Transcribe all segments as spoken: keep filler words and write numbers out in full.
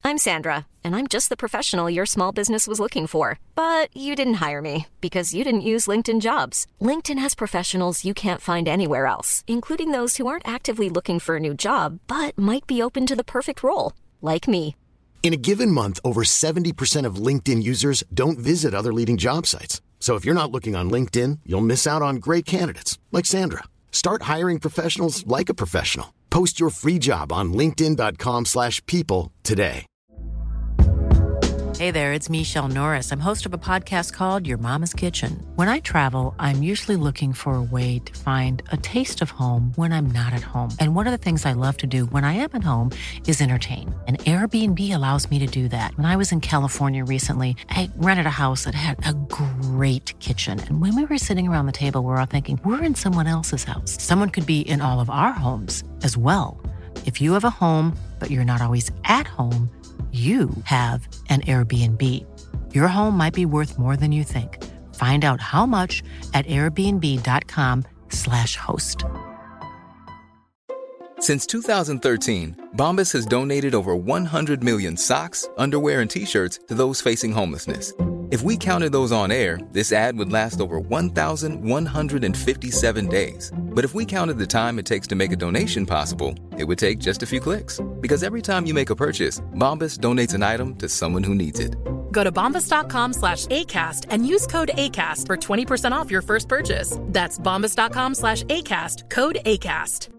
I'm Sandra, and I'm just the professional your small business was looking for. But you didn't hire me because you didn't use LinkedIn Jobs. LinkedIn has professionals you can't find anywhere else, including those who aren't actively looking for a new job, but might be open to the perfect role, like me. In a given month, over seventy percent of LinkedIn users don't visit other leading job sites. So if you're not looking on LinkedIn, you'll miss out on great candidates like Sandra. Start hiring professionals like a professional. Post your free job on linkedin dot com slash people today. Hey there, it's Michelle Norris. I'm host of a podcast called Your Mama's Kitchen. When I travel, I'm usually looking for a way to find a taste of home when I'm not at home. And one of the things I love to do when I am at home is entertain. And Airbnb allows me to do that. When I was in California recently, I rented a house that had a great kitchen. And when we were sitting around the table, we were all thinking, we're in someone else's house. Someone could be in all of our homes as well. If you have a home, but you're not always at home, you have an Airbnb. Your home might be worth more than you think. Find out how much at airbnb.com slash host. Since two thousand thirteen, Bombas has donated over one hundred million socks, underwear, and T-shirts to those facing homelessness. If we counted those on air, this ad would last over one thousand one hundred fifty-seven days. But if we counted the time it takes to make a donation possible, it would take just a few clicks. Because every time you make a purchase, Bombas donates an item to someone who needs it. Go to bombas.com slash ACAST and use code ACAST for twenty percent off your first purchase. That's bombas.com slash ACAST, code ACAST.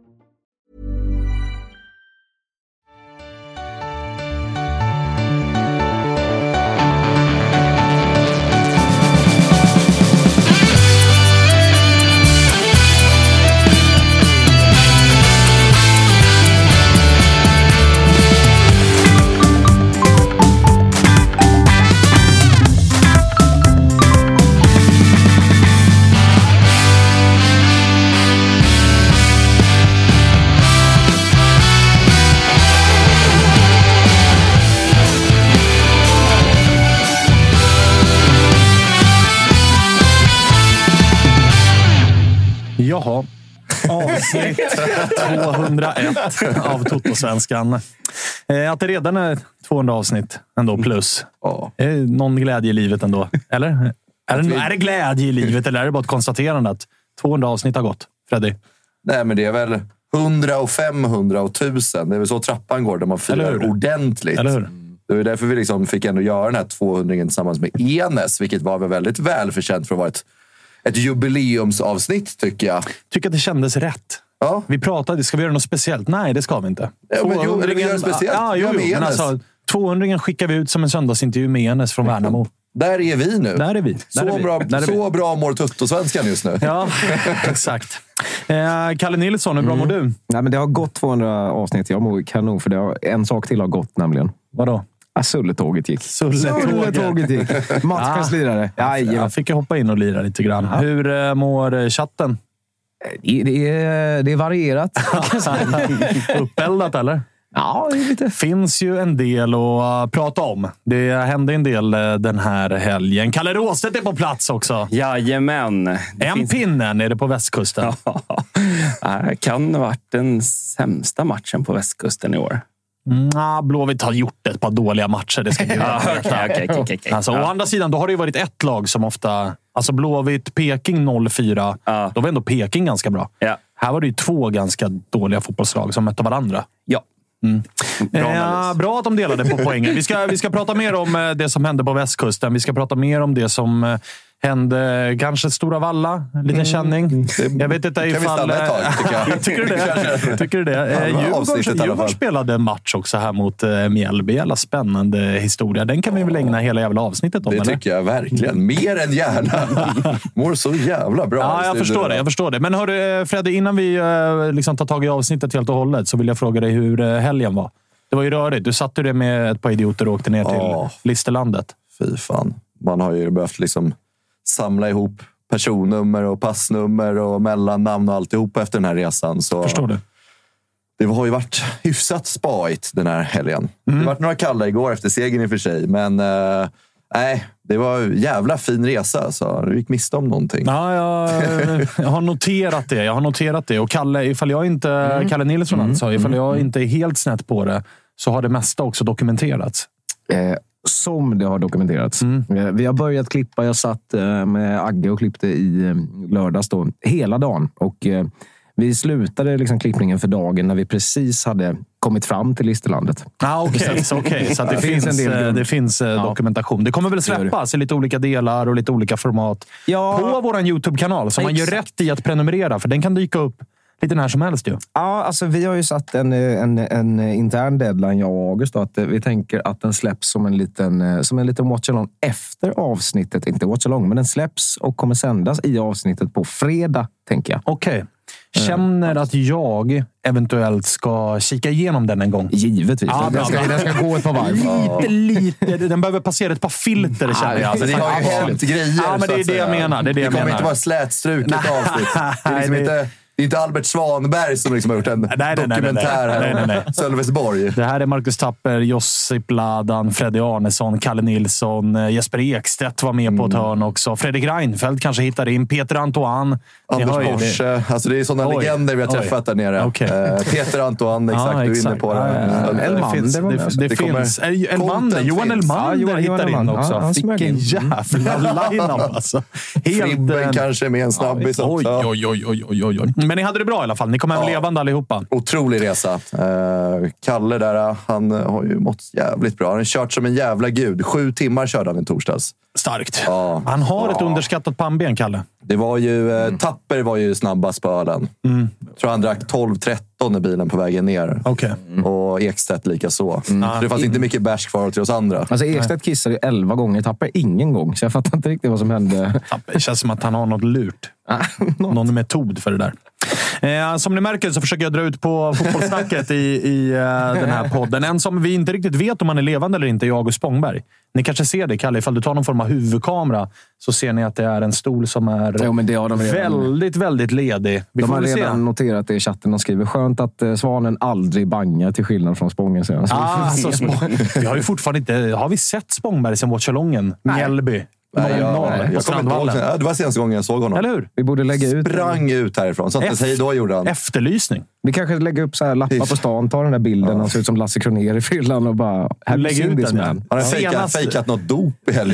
Jaha, avsnitt tvåhundraett av Toto-svenskan. Eh, att det redan är tvåhundra avsnitt ändå plus. Ja. Är det någon glädje i livet ändå? Eller? Är det, vi... är det glädje i livet eller är det bara ett konstaterande att tvåhundra avsnitt har gått? Freddy? Nej, men det är väl hundra och femhundra och tusen. Det är väl så trappan går där man firar ordentligt. Eller hur? Det var därför vi liksom fick ändå göra den här tvåhundringen tillsammans med Enes, vilket var väl väldigt välförtjänt för att vara ett Ett jubileumsavsnitt, tycker jag. Tycker att det kändes rätt. Ja. Vi pratade, ska vi göra något speciellt? Nej, det ska vi inte. Ja, men jo, eller vi gör speciellt. Ja, jo, jo, men alltså, tvåhundringen skickar vi ut som en söndagsintervju med Enes från Värnamo. Där är vi nu. Där är vi. Där så är vi. bra, Där är så vi. bra mår Tutto-svenskan just nu. Ja, exakt. Eh, Kalle Nilsson, hur bra mm. mår du? Nej, men det har gått tvåhundra avsnitt. Jag mår kanon, för det har, en sak till har gått nämligen. Vadå? Ah, Sulletåget gick. Sulletåget gick. Matchkas lirare. Ja, jag fick hoppa in och lira lite grann. Ja. Hur uh, mår chatten? Det, det, är, det är varierat. Uppeldat eller? Ja, det är lite. Finns ju en del att prata om. Det hände en del den här helgen. Kalle Råstedt är på plats också. Jajamän. En finns... pinnen är det på västkusten. Det kan ha varit den sämsta matchen på västkusten i år. Nah, Blåvitt har gjort ett par dåliga matcher. Det ska vi ja, okay, okay, okay, okay. Alltså, ja. Å andra sidan, då har det ju varit ett lag som ofta... Alltså Blåvitt, Peking noll fyra. Ja. Då var ändå Peking ganska bra. Ja. Här var det ju två ganska dåliga fotbollslag som mötte varandra. Ja. Mm. Bra, eh, bra att de delade på poängen. Vi ska, vi ska prata mer om det som hände på västkusten. Vi ska prata mer om det som hände kanske Stora Valla. En liten känning. Jag vet inte ifall... Kan vi stanna ett tag, tycker jag. Tycker du det? Tycker du det? Eh, Djurgården, Djurgården spelade match också här mot eh, Mjällby. Jävla spännande historia. Den kan vi väl ägna hela jävla avsnittet om. Det eller? tycker jag verkligen. Mer än gärna. Mår så jävla bra. Ja, jag förstår det. Jag förstår det. Men hörru, Freddy, innan vi eh, liksom tar tag i avsnittet helt och hållet så vill jag fråga dig hur eh, helgen var. Det var ju rörigt. Du satte det med ett par idioter och åkte ner till oh. Listerlandet. Fy fan. Man har ju behövt liksom samla ihop personnummer och passnummer och mellannamn och alltihop efter den här resan. Så förstår du. Det har ju varit hyfsat spaigt den här helgen. Mm. Det har varit några kalla igår efter segern i och för sig. Men äh, nej, det var en jävla fin resa. Så du gick miste om någonting. Ja, jag, jag har noterat det. Jag har noterat det. Och Kalle, ifall jag inte, mm. Kalle Nilsson mm. alltså, ifall jag inte är helt snett på det, så har det mesta också dokumenterats. Eh, som det har dokumenterats. Mm. Eh, vi har börjat klippa. Jag satt eh, med Agge och klippte i eh, lördags då, hela dagen. Och eh, vi slutade liksom klippningen för dagen när vi precis hade kommit fram till Listerlandet. Ah, Okej, så, okay. så att det, det finns, finns en del det finns ja. dokumentation. Det kommer väl släppas i lite olika delar och lite olika format ja. på vår YouTube-kanal. Så man gör rätt i att prenumerera, för den kan dyka upp lite när som helst ju. Ja, alltså vi har ju satt en, en, en intern deadline, jag och August, då, att vi tänker att den släpps som en liten, som en liten watch-along efter avsnittet. Inte watch-along, men den släpps och kommer sändas i avsnittet på fredag, tänker jag. Okej. Okay. Känner att jag eventuellt ska kika igenom den en gång. Givetvis. Ja, den, ska, den ska gå ett par varv. Lite, lite. Den behöver passera ett par filter, känner jag. Alltså, det har ju hänt grejer. Ja, men det är det jag menar. Det, är det, det jag kommer menar. inte vara slätstruket avsnitt. Det är liksom inte... Det är inte Albert Svanberg som liksom har gjort en nej, dokumentär nej, nej, nej. här om Sölvesborg. Det här är Marcus Tapper, Josip Ladan, Freddy Arnesson, Kalle Nilsson, Jesper Ekstedt var med mm. på ett hörn också. Fredrik Reinfeldt kanske hittar in. Peter Antoine. Anders Porsche. Alltså det är sådana oj, legender vi har träffat oj. där nere. Okay. Uh, Peter Antoine, exakt. Ja, exakt. Du är inne på det. Ja, ja. Elmander. Det, det, det, det finns. Elmander. Johan Elmander ja, hittar in också. Ja, vilken jävla line-up alltså. Fribben kanske med en snabbis också. Oj, oj, oj, oj, oj, oj. Men ni hade det bra i alla fall. Ni kom hem ja. levande allihopa. Otrolig resa. Uh, Kalle där, han har ju mått jävligt bra. Han har kört som en jävla gud. Sju timmar körde han i torsdags. Starkt. Ja. Han har ja. ett underskattat pannben, Kalle. Det var ju... Mm. Tapper var ju snabbast på ölen. Mm. Jag tror han drack tolv tretton i bilen på vägen ner. Okay. Mm. Och Ekstedt lika så. Mm. Så det fanns inte mycket bärs kvar till oss andra. Alltså Ekstedt kissade elva gånger, Tapper ingen gång. Så jag fattar inte riktigt vad som hände. Tapper, det känns som att han har något lurt. Någon metod för det där. Eh, som ni märker så försöker jag dra ut på fotbollssnacket i, i uh, den här podden. En som vi inte riktigt vet om han är levande eller inte är August Spångberg. Ni kanske ser det, Kalle. Ifall du tar någon form av huvudkamera så ser ni att det är en stol som är jo, men det har de väldigt, väldigt ledig. Vi de får har redan se. noterat det i chatten och skriver skönt att uh, Svanen aldrig bangar till skillnad från Spången. Så ah, så Spång... Vi har ju fortfarande inte... Har vi sett Spångberg sen watchalongen? Mjällby. Nej, jag, jag, jag kommer inte ihåg. Det var senaste gången jag såg honom. Eller hur? Vi borde lägga ut. Sprang ut härifrån. Så att hej då gjorde han. Efterlysning. Vi kanske lägger upp så här lappar på stan. Ta den där bilden. Ja. Han ser ut som Lasse Kronér i fyllan och bara... Lägg ut den. Han har fejkat, fejkat något dop i helgen.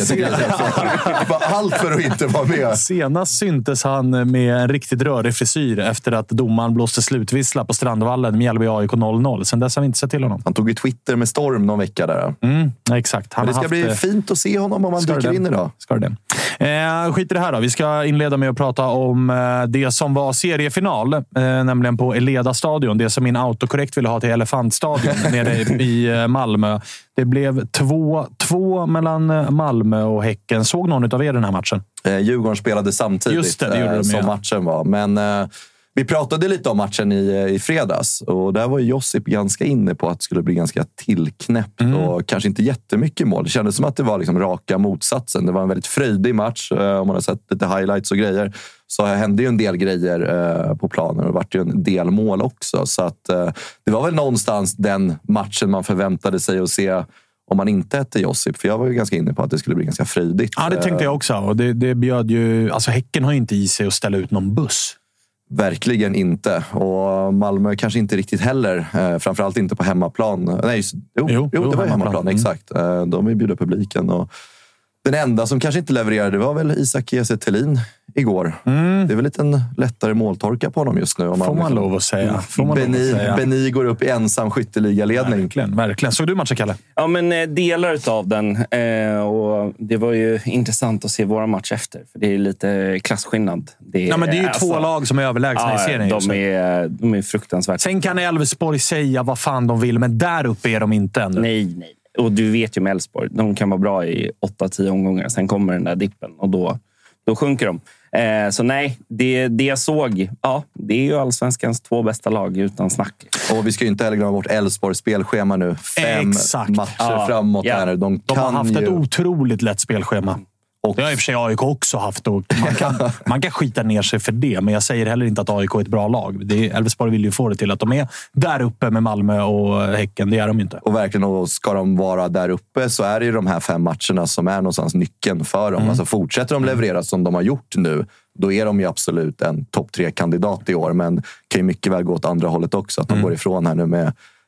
Allt för att inte vara med. Senast syntes han med en riktigt rörig frisyr efter att domaren blåste slutvissla på Strandvallen. Mjällby A I K noll noll. Sen dess har vi inte sett till honom. Han tog ju Twitter med storm någon vecka där. Mm, exakt. Han det ska haft... bli fint att se honom om han dyker in idag. Ska det. Eh, skit i det här då. Vi ska inleda med att prata om eh, det som var seriefinal. Eh, nämligen på Eleda stadion. Det som min autokorrekt ville ha till Elefantstadion nere i eh, Malmö. Det blev två två mellan Malmö och Häcken. Såg någon av er den här matchen? Eh, Djurgården spelade samtidigt. Just det, det gjorde eh, de, som ja. matchen var. Men... Eh, Vi pratade lite om matchen i, i fredags och där var Josip ganska inne på att det skulle bli ganska tillknäppt mm. och kanske inte jättemycket mål. Det kändes som att det var liksom raka motsatsen. Det var en väldigt fröjdig match. Om man har sett lite highlights och grejer så hände ju en del grejer eh, på planen och det var ju en del mål också. Så att, eh, det var väl någonstans den matchen man förväntade sig att se om man inte hette Josip. För jag var ju ganska inne på att det skulle bli ganska fröjdigt. Ja, det tänkte jag också. Och det, det bjöd ju... Alltså Häcken har ju inte i sig att ställa ut någon buss. Verkligen inte. Och Malmö kanske inte riktigt heller. Eh, framförallt inte på hemmaplan. Nej, just, jo, jo, jo, det var hemmaplan. hemmaplan. Mm. Exakt. Eh, de vill bjuda publiken. Och den enda som kanske inte levererade var väl Isak Kiese Thelin igår. Mm. Det är väl lite en lättare måltorka på honom just nu. Om Får man, man lov att säga. Får man Beni, lov att säga. Beni går upp i ensam skytteligaledning. Verkligen, verkligen. Såg du matchen, Kalle? Ja, men eh, delar av den. Eh, och det var ju intressant att se våra match efter. För det är lite klasskillnad. Det är, ja, men det är ju alltså, två lag som är överlägsna ja, i serien. De är, de är fruktansvärt. Sen kan Elfsborg säga vad fan de vill, men där uppe är de inte ännu. Nej, nej. Och du vet ju med Elfsborg, de kan vara bra i åtta tio omgångar. Sen kommer den där dippen och då, då sjunker de. Eh, så nej, det, det jag såg, ja, det är ju allsvenskans två bästa lag utan snack. Och vi ska ju inte heller glömma bort Elfsborgs spelschema nu. Fem Exakt. matcher ja, framåt ja. här. De, de har haft ju... ett otroligt lätt spelschema. Och det har i och för sig A I K också haft. Och man, kan, man kan skita ner sig för det. Men jag säger heller inte att A I K är ett bra lag. Det är, Elfsborg vill ju få det till att de är där uppe med Malmö och Häcken. Det är de inte. Och verkligen, och ska de vara där uppe så är det ju de här fem matcherna som är någonstans nyckeln för dem. Mm. Alltså fortsätter de leverera som de har gjort nu, då är de ju absolut en topp tre-kandidat i år. Men kan ju mycket väl gå åt andra hållet också. Att de mm. går ifrån här nu med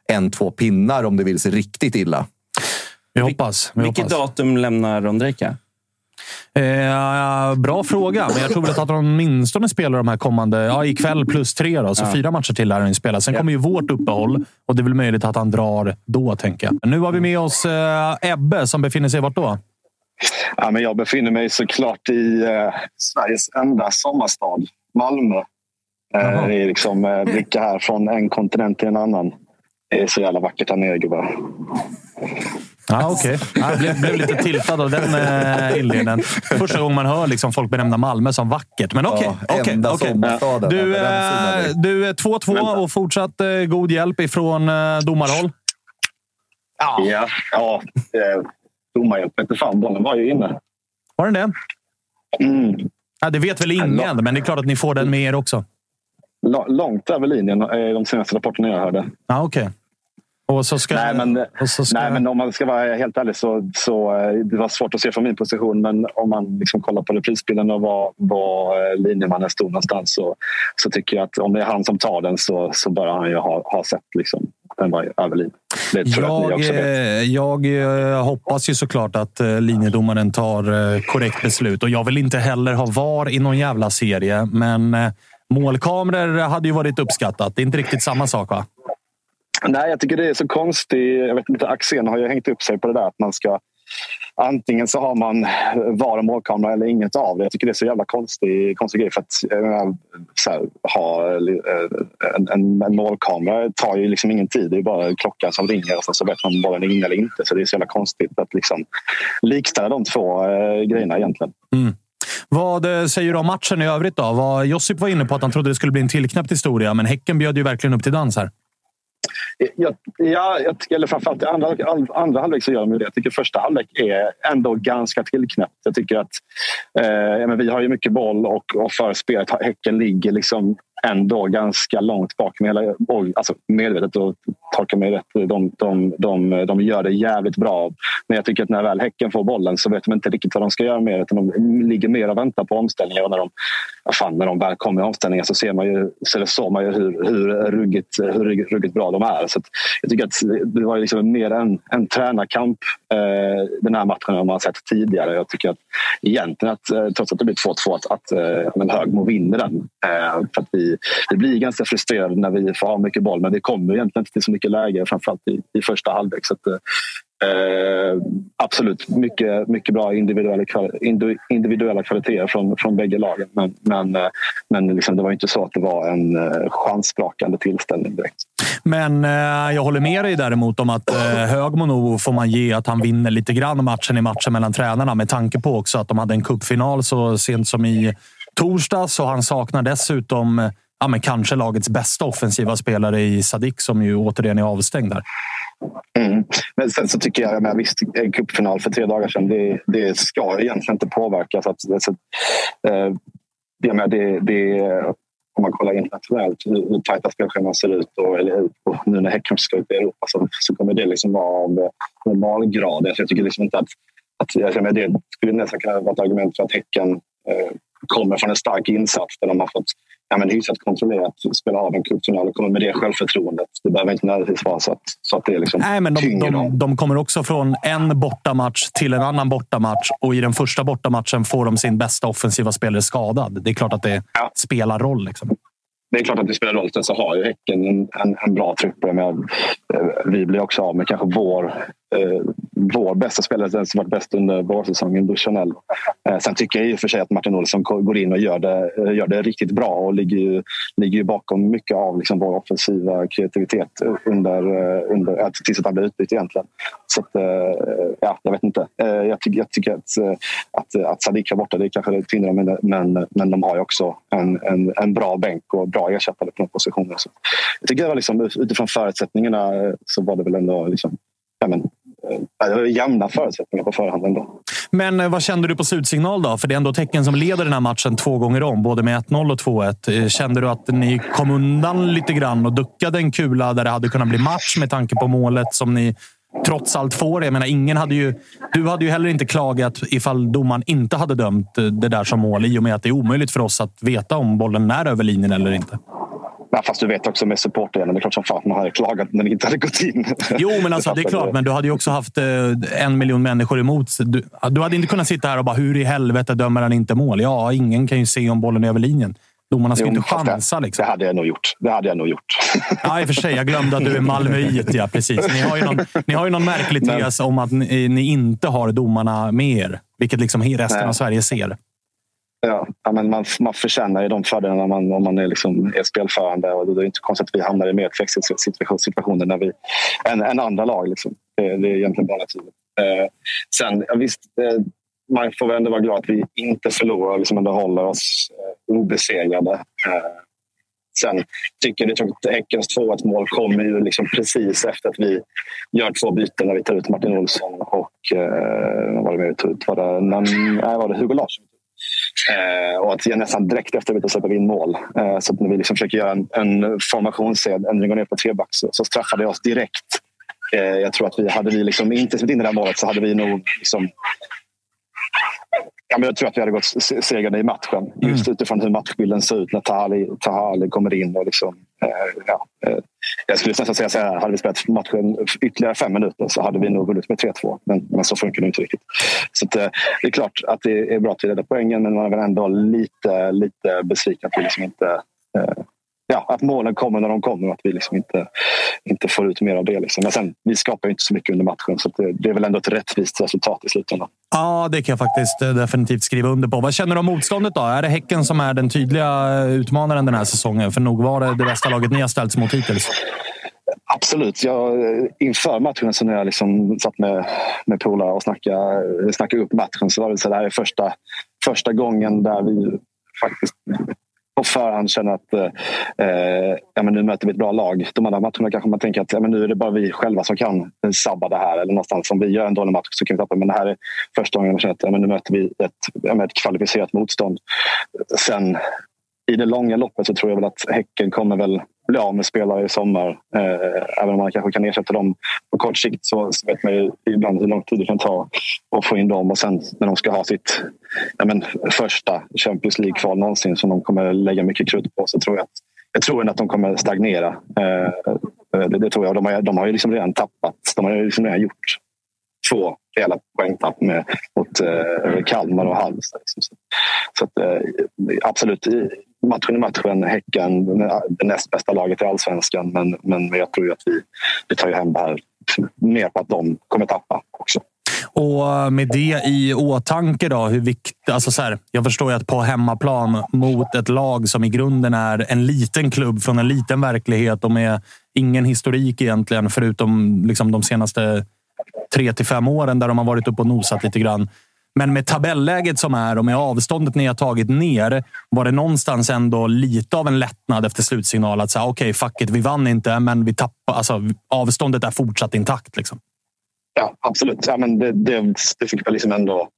en, två pinnar om det vill sig riktigt illa. Vi hoppas. Vi Vilket hoppas. datum lämnar Ondrejka? Eh, bra fråga, men jag tror väl att de åtminstone spelar de här kommande, ja, ikväll plus tre då, så ja. fyra matcher till här han spelar. Sen ja. kommer ju vårt uppehåll och det är väl möjligt att han drar då, tänker jag. Men nu har vi med oss eh, Ebbe som befinner sig vart då? Ja, men jag befinner mig såklart i eh, Sveriges enda sommarstad, Malmö. Eh, det är liksom eh, blicka här från en kontinent till en annan. Det är så jävla vackert här nere, gubbar. Ja, okej. Okay. Jag blev, blev lite tiltad av den eh, inledningen. Första gången man hör liksom folk benämna Malmö som vackert. Men okej. Okay, ja, okay, okay. Du, eh, du är två två och fortsatt eh, god hjälp ifrån eh, domarhåll. Ja, ja, ja eh, domarhjälp. Inte fan, bollen var ju inne. Var den det? Mm. Ja, det vet väl ingen, men det är klart att ni får den med er också. Långt över linjen är de senaste rapporterna jag hörde. Ja, okej. Okay. Och så ska, nej, men, och så ska... nej, men om man ska vara helt ärlig så, så det var svårt att se från min position. Men om man liksom kollar på reprisbilden och var, var linjemannen stod någonstans så, så tycker jag att om det är han som tar den så, så bör han ju ha, ha sett liksom, den var över linjen. Det tror jag, jag, att ni också vet. jag jag hoppas ju såklart att linjedomaren tar korrekt beslut. Och jag vill inte heller ha var i någon jävla serie. Men målkameror hade ju varit uppskattat. Det är inte riktigt samma sak, va? Nej, jag tycker det är så konstigt. Jag vet inte, Axén har ju hängt upp sig på det där att man ska antingen så har man var och målkamera eller inget av det. Jag tycker det är så jävla konstig, konstig grej för att äh, så här, ha en, en, en målkamera tar ju liksom ingen tid. Det är bara klockan som ringer och så vet man om bollen är in eller inte. Så det är så jävla konstigt att liksom likställa de två äh, grejerna egentligen. Mm. Vad säger du om matchen i övrigt då? Vad Josip var inne på att han trodde det skulle bli en tillknäppt historia, men Häcken bjöd ju verkligen upp till dans här. Ja, ja, jag tycker, eller framförallt i andra, andra halvlek så gör de ju det. Jag tycker första halvlek är ändå ganska tillknäppt. Jag tycker att eh, men vi har ju mycket boll och, och förspelet. Häcken ligger liksom ändå ganska långt bak med hela, alltså medvetet och tolka mig rätt. De, de, de, de gör det jävligt bra. Men jag tycker att när väl Häcken får bollen så vet de inte riktigt vad de ska göra med det. Utan de ligger mer och väntar på omställningar. Och när de, fan, när de väl kommer i omställningar så ser man ju, så såg man ju hur, hur, ruggigt, hur ruggigt bra de är. Så att jag tycker att det var liksom mer en, en tränarkamp eh, den här matchen än man har sett tidigare. Jag tycker att egentligen att eh, trots att det blir två två att, att eh, Högmo vinner den. Eh, för att vi, vi blir ganska frustrerade när vi får ha mycket boll, men vi kommer egentligen inte till så mycket läge, framförallt i, i första halvlek. Så att, eh, absolut, mycket, mycket bra individuella, individuella kvaliteter från, från bägge lagen. Men, men, men liksom, det var inte så att det var en uh, chanssprakande tillställning direkt. Men eh, jag håller med dig däremot om att eh, Högmo nog får man ge att han vinner lite grann matchen i matchen mellan tränarna, med tanke på också att de hade en cupfinal så sent som i torsdags, och han saknar dessutom ja, men kanske lagets bästa offensiva spelare i Sadik som ju återigen är avstängd där. Mm. Men sen så tycker jag, jag menar, visst, en cupfinal för tre dagar sedan, det, det ska egentligen inte påverka. Så att, så, eh, det, menar, det, det, om man kollar internationellt hur, hur tajta spelscheman ser ut och, eller, och nu när Häcken ska ut i Europa så, så kommer det liksom vara av normalgrad. Så jag tycker liksom inte att, att jag menar, det skulle nästan kunna vara ett argument för att Häcken eh, kommer från en stark insats där de har fått ja, men hyfsat kontrollerat spela av en cupfinal och kommer med det självförtroendet. Det behöver inte nödvändigtvis vara så att, så att det är liksom Nej, men de, de, de kommer också från en bortamatch till en annan bortamatch, och i den första bortamatchen får de sin bästa offensiva spelare skadad. Det är klart att det ja. spelar roll. Liksom. Det är klart att det spelar roll. Sen så har ju Häcken en, en, en bra trupp. Med, vi blir också av med kanske vår, eh, vår bästa spelare, den som varit bäst under vårsäsongen, Duchanel. Eh, sen tycker jag i och för sig att Martin Olsson går in och gör det, gör det riktigt bra och ligger ju, ligger ju bakom mycket av liksom vår offensiva kreativitet under, under, tills att han blir utbytt egentligen. Så att, eh, ja, jag vet inte. Eh, jag, tycker, jag tycker att, att, att Sadik är borta, det är kanske det tyngre, men, men, men de har ju också en, en, en bra bänk och bra ersättare på de positionerna. Så jag tycker det var liksom, utifrån förutsättningarna så var det väl ändå liksom, ja, men, det var jämna förutsättningar på förhand ändå. Men vad kände du på slutsignal då? För det är ändå Häcken som leder den här matchen två gånger om, både med ett noll och två ett. Kände du att ni kom undan lite grann och duckade en kula där det hade kunnat bli match med tanke på målet som ni trots allt får? Jag menar, ingen hade ju, du hade ju heller inte klagat ifall domaren inte hade dömt det där som mål, i och med att det är omöjligt för oss att veta om bollen är över linjen eller inte. Ja, fast du vet också med supportdelen, det är klart som fan man hade klagat när det inte hade gått in. Jo, men alltså, det är klart, men du hade ju också haft eh, en miljon människor emot. Du, du hade inte kunnat sitta här och bara, hur i helvete dömer han inte mål? Ja, ingen kan ju se om bollen är över linjen. Domarna ska jo, inte chansa. Liksom. Det hade jag nog gjort. Det hade jag nog gjort. Ja, i och för sig. Jag glömde att du är malmöit, ja, precis. Ni har ju någon, ni har ju någon märklig tes om att ni, ni inte har domarna med er. Vilket liksom resten Nej. av Sverige ser. Ja, men man, man förtjänar ju de fördelarna man, om man är, liksom, är spelförande. Och det är inte konstigt att vi hamnar i mer situationer när vi, än, än andra lag. Liksom. Det, det är egentligen bara naturligt. Eh, sen, ja, visst, eh, man får väl ändå vara glad att vi inte förlorar, liksom, ändå håller oss eh, obesegrade. Eh, sen tycker jag att Häckens två ett mål kommer ju liksom precis efter att vi gör två byten när vi tar ut Martin Olsson och eh, vad det mer tog ut? Var det, nej, var det Hugo Larsson? Eh, och att jag nästan direkt efter att vi släpper in mål. Eh, så att när vi liksom försöker göra en, en formationsändring och ner på trebacks så, så straffade jag oss direkt. Eh, jag tror att vi hade vi liksom inte sett in i det här målet så hade vi nog liksom... Ja, men jag tror att vi hade gått segrade i matchen. Just mm. utifrån hur matchbilden ser ut när Tahali, Tahali kommer in. Och liksom, eh, ja, eh, jag skulle nästan säga så här, hade vi spelat matchen ytterligare fem minuter så hade vi nog vunnit med tre två. Men, men så funkar det inte riktigt. Så att, eh, det är klart att det är bra att vi räddar poängen, men man är väl ändå lite, lite besviken att vi liksom inte... Eh, Ja, att målen kommer när de kommer och att vi liksom inte, inte får ut mer av det. Liksom. Men sen, vi skapar ju inte så mycket under matchen så det, det är väl ändå ett rättvist resultat i slutändan. Ja, det kan jag faktiskt definitivt skriva under på. Vad känner du om motståndet då? Är det Häcken som är den tydliga utmanaren den här säsongen? För nog var det det bästa laget ni har ställts mot hittills. Absolut. Jag, inför matchen så när jag liksom satt med, med polare och snackade, snackade upp matchen så var det så där är första, första gången där vi faktiskt... på förhand känner att eh, ja, men nu möter vi ett bra lag. De andra matcherna kanske man tänker att ja, men nu är det bara vi själva som kan sabba det här. Eller någonstans om vi gör en dålig match så kan vi tappa. Men det här är första gången man känner att ja, men nu möter vi ett, ja, ett kvalificerat motstånd. Sen i det långa loppet så tror jag väl att Häcken kommer väl bli av med spelare i sommar. Eh, även om man kanske kan ersätta dem på kort sikt så, så vet man ju ibland hur lång tid det kan ta att få in dem. Och sen när de ska ha sitt ja, men, första Champions League-kval någonsin som de kommer lägga mycket krut på så tror jag att, jag tror att de kommer stagnera. Eh, det, det tror jag. De har, de har ju liksom redan tappat. De har ju liksom redan gjort två hela poängtapp med, mot eh, Kalmar och Halmstad. Liksom. Så, så att, eh, absolut... matchen i matchen, Häcken, det näst bästa laget i Allsvenskan. Men, men jag tror ju att vi, vi tar ju hem det här mer på att de kommer tappa också. Och med det i åtanke då, hur viktigt, alltså så här, jag förstår ju att på hemmaplan mot ett lag som i grunden är en liten klubb från en liten verklighet och med ingen historik egentligen förutom liksom de senaste tre till fem åren där de har varit upp och nosat lite grann. Men med tabelläget som är och med avståndet ni har tagit ner var det någonstans ändå lite av en lättnad efter slutsignal att säga okej, okay, fuck it, vi vann inte men vi tappar, alltså avståndet är fortsatt intakt liksom. Ja, absolut. Ja, men det, det, det fick väl liksom ändå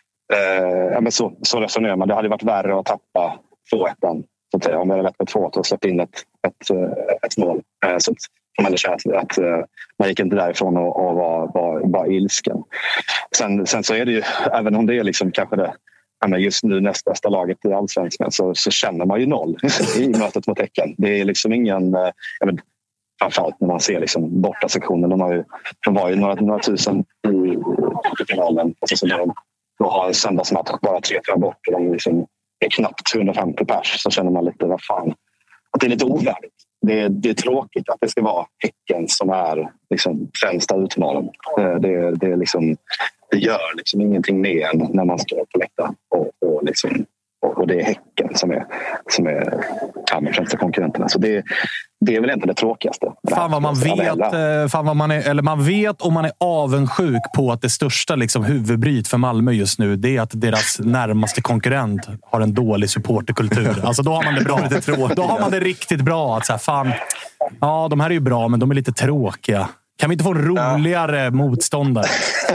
eh, ja, men så, så resonerar man. Det hade varit värre att tappa två ett så att säga. Om vi hade rätt med två och släppt in ett, ett, ett mål. Eh, så att man hade känt att, att uh, man gick inte därifrån och, och var, var, var ilsken. Sen, sen så är det ju, även om det är liksom kanske det just nu näst bästa laget i Allsvenskan så, så känner man ju noll i mötet mot Häcken. Det är liksom ingen, uh, jag vet, framförallt när man ser liksom borta sektionen. De, har ju, de var ju några, några tusen i finalen och så när de då har en söndagsmatch bara tre tre bort och de liksom är knappt hundrafemtio pers så känner man lite, vad fan, att det är lite ovärdigt. Det är, det är tråkigt att det ska vara Häcken som är liksom främsta utmanaren. Det, det, är liksom, det gör liksom ingenting mer när man ska på läktaren. Och, och, liksom, och, och det är Häcken som är, som är ja, de främsta konkurrenterna. Så det, det är väl inte det tråkigaste. Fan vad man vet, fan vad man är, eller man vet om man är avundsjuk på att det största liksom, huvudbryt för Malmö just nu det är att deras närmaste konkurrent har en dålig supporterkultur. Alltså då har man det bra. Då har man det riktigt bra. Att så här, fan, ja, de här är ju bra men de är lite tråkiga. Kan vi inte få en roligare ja. motståndare?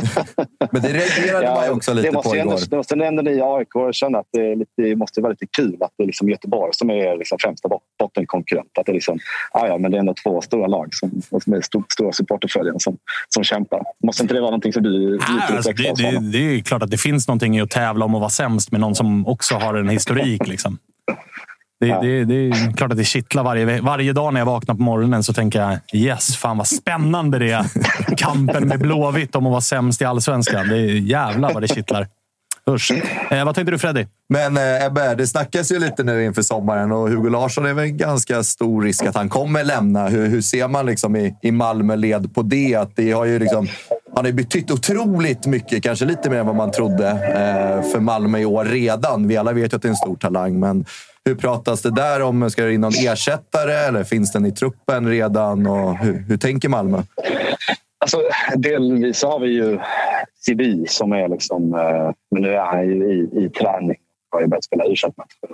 Men det reagerade ja, man också lite på igår. Det måste ändå ni i A I K känna att det, är lite, det måste vara lite kul att det är liksom Göteborg som är liksom främsta bottenkonkurrent. Att det är liksom, ja, men det är ändå två stora lag som, som är stor, stora supporterföljare som, som kämpar. Måste inte det vara någonting som du... Ah, alltså, det, det, det är klart att det finns någonting i att tävla om att vara sämst med någon som också har en historik liksom. Det, ja. det, det är klart att det kittlar varje, varje dag när jag vaknar på morgonen, så tänker jag yes, fan vad spännande det är. Kampen med Blåvitt om att vara sämst i allsvenskan. Det är jävla vad det kittlar. Usch. Eh, vad tänkte du, Freddy? Men eh, Ebbe, det snackas ju lite nu inför sommaren och Hugo Larsson är väl en ganska stor risk att han kommer lämna. Hur, hur ser man liksom i, i Malmö-led på det? Att det har ju liksom, han har ju betytt otroligt mycket, kanske lite mer än vad man trodde eh, för Malmö i år redan. Vi alla vet ju att det är en stor talang, men hur pratas det där om? Ska det in någon ersättare eller finns den i truppen redan? Och hur, hur tänker Malmö? Alltså, delvis har vi ju Sibi som är liksom, eh, men nu är han ju i, i träning och har ju börjat spela U-matcher.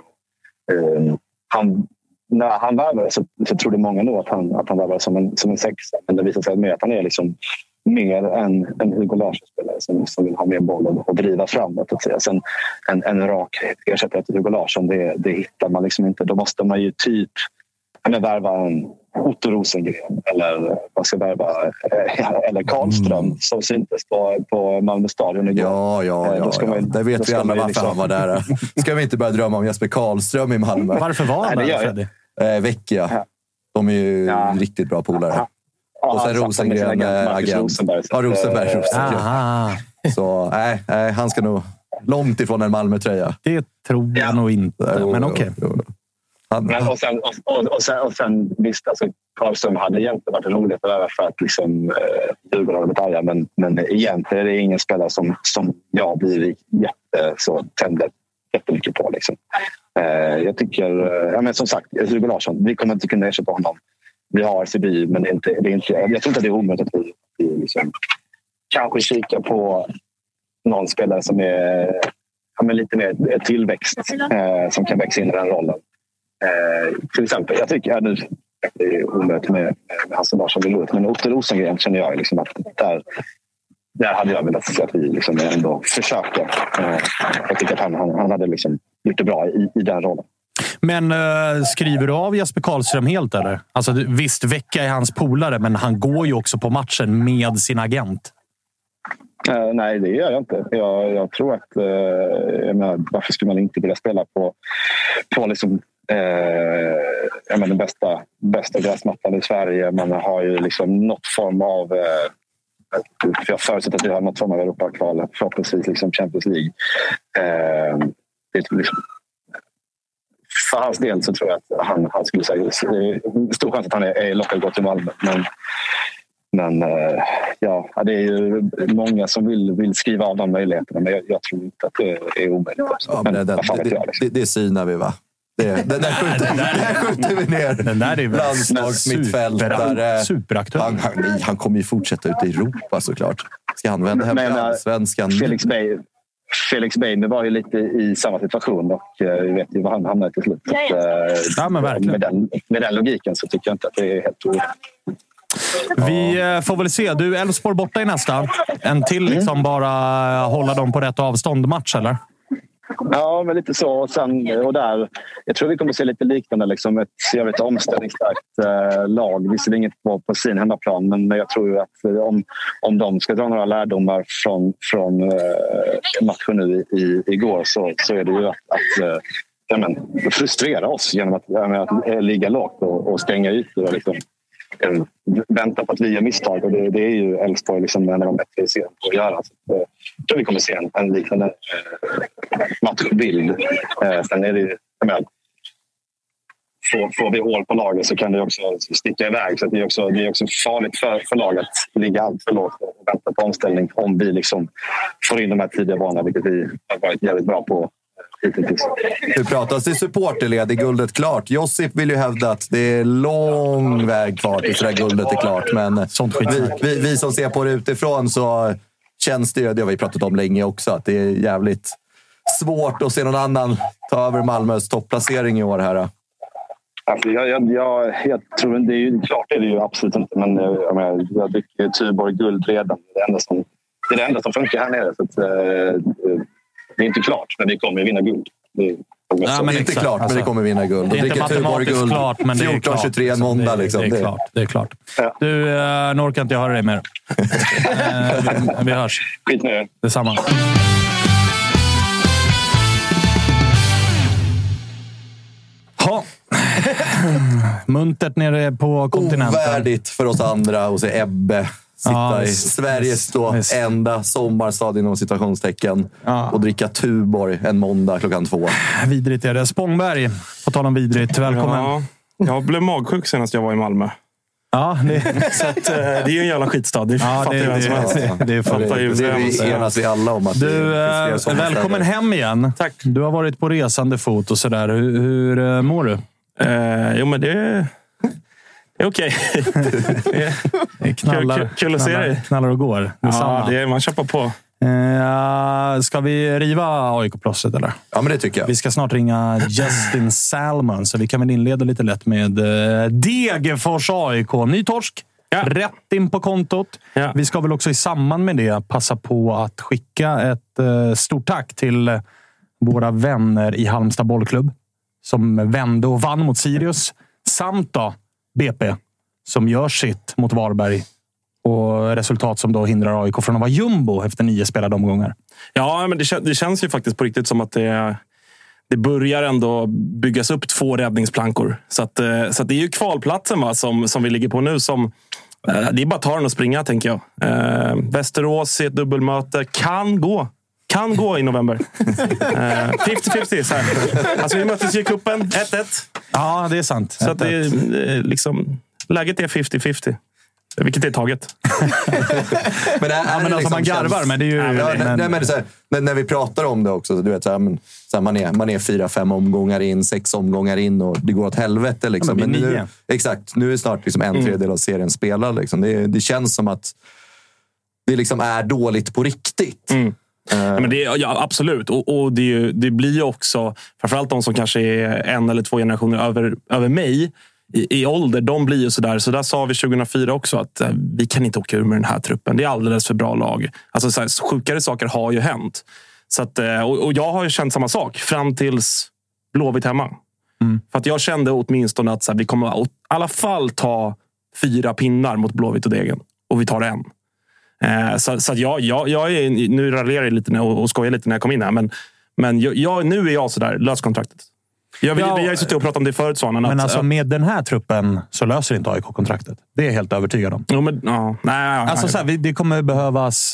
Eh, han, när han värvade så, så trodde många nog att han, att han värvade som en, som en sexa, men det visar sig med att han är liksom mer än en Hugo Larsson-spelare som, som vill ha mer boll och, och driva framåt. Att säga. Sen en, en rak ersättare till Hugo Larsson, det, det hittar man liksom inte. Då måste man ju typ eller värva en Otto Rosengren eller vad ska värva eller Karlström mm. som syntes på, på Malmö stadion igår. Ja, ja, ja. ja. Man, det vet vi alla varför liksom... han var där. Ska vi inte börja drömma om Jesper Karlström i Malmö? Varför var han där, Freddy? Eh, Vecchia. Ja. De är ju ja. riktigt bra polare. Ja. Ja, och sen Rosengren äh, agent. Rosenberg. Ja, Rosenberg. Rosenberg. Så nej, nej, han ska nog långt ifrån en Malmö-tröja. Det tror jag ja. nog inte, men okej. Okay. Men och sen, och, och sen, och sen visst, alltså, Karlström hade egentligen varit roligt att öva för att liksom, eh, Djurgården hade blivit arga, men, men egentligen är det ingen spelare som, som jag blir jätte, så tänder jättemycket på. Liksom. Eh, jag tycker, ja, men som sagt, Hugo Larsson, vi kommer inte kunna ersätta honom. Vi har R C B, men det är inte, det är inte, jag tror inte att det är omöjligt att vi, vi liksom, kanske kika på någon spelare som är ja, men lite mer tillväxt, eh, som kan växa in i den rollen. Eh, till exempel, jag tycker ja, nu, det är omöjligt med, med Hasse Larsson vid Loret, men Otto Rosengren känner jag liksom att där, där hade jag velat se att vi liksom ändå försöker. Eh, jag tycker att han, han, han hade liksom gjort det bra i, i den rollen. Men uh, skriver du av Jesper Karlström helt eller? Alltså, visst, Vecka är hans polare, men han går ju också på matchen med sin agent. Uh, nej, det gör jag inte. Jag, jag tror att uh, jag menar, varför skulle man inte vilja spela på, på liksom, uh, jag menar, den bästa, bästa gräsmattan i Sverige. Man har ju liksom något form av uh, jag förutsätter att vi har något form av Europa-kval, förhoppningsvis liksom Champions League. Uh, det är liksom för hans del så tror jag att han, han skulle säga stor chans att han är, är lockad att gå till Malmö. Men, men ja, det är ju många som vill, vill skriva av de möjligheterna, men jag, jag tror inte att det är omöjligt. Ja, men det, det, det, det, det synar vi, va? Det, det, där, skjuter, det där, där skjuter vi ner. Den där är landslagsmittfältare. Superaktuell. Han, han, han kommer ju fortsätta ut i Europa såklart. Ska han vända hem till allsvenskan? Felix Bey Felix Beijme var ju lite i samma situation och vi vet ju vad han hamnade till slut. Så, ja, men verkligen. Med den, med den logiken så tycker jag inte att det är helt roligt. Vi får väl se. Du, Elfsborg borta i nästa. En till liksom mm. bara hålla dem på rätt avstånd match, eller? Ja, men lite så. Och, sen, och där, jag tror vi kommer att se lite liknande. Liksom ett, jag vet, omställningsstarkt eh, lag. Visserligen inget på, på sin hemmaplan, men jag tror ju att om, om de ska dra några lärdomar från, från eh, matchen nu i, i, igår så, så är det ju att, att eh, ja, men, frustrera oss genom att, ja, men, att ligga lågt och, och stänga ut och liksom, eh, vänta på att vi gör misstag. Och det, det är ju Elfsborg liksom en av de bättre serien på att göra. Så, eh, jag tror vi kommer se en, en liknande eh, matchbild. Eh, sen är det ju, jag menar, får, får vi hål på laget så kan det också sticka iväg. Så det är också, det är också farligt för, för laget att ligga allt för lågt och vänta på omställning om vi liksom får in de här tidiga banorna, vilket vi har varit jävligt bra på. Hur pratas det supporterled? Är guldet klart? Josip vill ju hävda att det är lång väg kvar tills det där guldet är klart. Men vi, vi, vi som ser på det utifrån så känns det ju, det har vi pratat om länge också, att det är jävligt svårt att se någon annan ta över Malmös topplacering i år här. Alltså, jag, jag, jag, jag tror det är ju klart, är det ju absolut inte, men jag, jag, jag tycker Tuborg guld redan. Det är det enda som, det är det enda som funkar här nere. Så att, eh, det är inte klart, men vi kommer vinna guld. Det är, ja, men det är inte klart, alltså, men det kommer vinna guld. Det är inte matematiskt klart, men det är fjorton tjugotre en måndag. Liksom. Det är klart. Det är klart. Ja. Du, uh, nu orkar inte jag höra dig mer. uh, vi, vi hörs. Skit med. Detsamma. Ja. Muntert nere på kontinenten. Ovärdigt för oss andra och se Ebbe sitta ja, i Sveriges då visst. enda sommarstad inom situationstecken ja. och dricka Tuborg en måndag klockan två. Vidrigt är det. Spångberg, på tal om vidrigt. Välkommen. Ja, jag blev magsjuk senast jag var i Malmö. Ja, det... Så att, det är ju en jävla skitstad. Det ja, fattar det, ju vem som helst. Det, det är fattar ju. Det, det, det enas vi alla om. Att du, det äh, välkommen hem igen. Tack. Du har varit på resande fot och sådär. Hur, hur äh, mår du? Uh, jo, men det är... Det är okej. Okay. knallar, kul, kul att se dig. Knallar och går. Ja, det är, man kämpar på. Uh, ska vi riva A I K-plåstret eller? Ja, men det tycker jag. Vi ska snart ringa Justin Salmon, så vi kan väl inleda lite lätt med uh, Degerfors A I K. Ny torsk. Ja. Rätt in på kontot. Ja. Vi ska väl också i samband med det passa på att skicka ett uh, stort tack till våra vänner i Halmstad bollklubb som vände och vann mot Sirius. Samt då B P som gör sitt mot Varberg. Och resultat som då hindrar A I K från att vara jumbo efter nio spelade omgångar. Ja, men det, kän- det känns ju faktiskt på riktigt som att det, det börjar ändå byggas upp två räddningsplankor. Så, att, så att det är ju kvalplatsen va, som, som vi ligger på nu. Som, det är bara att ta den och springa, tänker jag. Eh, Västerås i ett dubbelmöte kan gå. Kan gå i november. femtio femtio så här. Alltså vi möttes ju i kuppen ett ett. Ja, det är sant. Så att det är liksom... Läget är femtio femtio. Vilket är taget. men är, är ja, men alltså liksom man garvar, känns... men det är ju... Ja, men... Nej, nej, men det är så här, när, när vi pratar om det också, du vet, så här, men, så här, man, är, man är fyra, fem omgångar in, sex omgångar in och det går åt helvete. Liksom. Ja, men men nu, exakt, nu är snart liksom en tredjedel av serien spelad. Liksom. Det, det känns som att det liksom är dåligt på riktigt. Mm. Ja, men det, ja, absolut. Och, och det, det blir ju också, framförallt de som kanske är en eller två generationer över, över mig i, i ålder, de blir ju sådär. Så där sa vi tjugohundrafyra också att eh, vi kan inte åka ur med den här truppen. Det är alldeles för bra lag. Alltså så här, sjukare saker har ju hänt. Så att, och, och jag har ju känt samma sak fram tills Blåvitt hemma. Mm. För att jag kände åtminstone att så här, vi kommer i alla fall ta fyra pinnar mot Blåvitt och Degen. Och vi tar en. Eh, så så att jag, jag, jag är, nu raljerar jag lite och, och skojar lite när jag kom in här. Men, men jag, jag, nu är jag sådär, lös kontraktet. Jag, ja, vi har ju suttit och pratat om det förut. Såna, men att, alltså med den här truppen så löser inte A I K-kontraktet. Det är jag helt övertygad om. Jo, men, ja, nej, alltså, nej. Så här, det kommer behövas...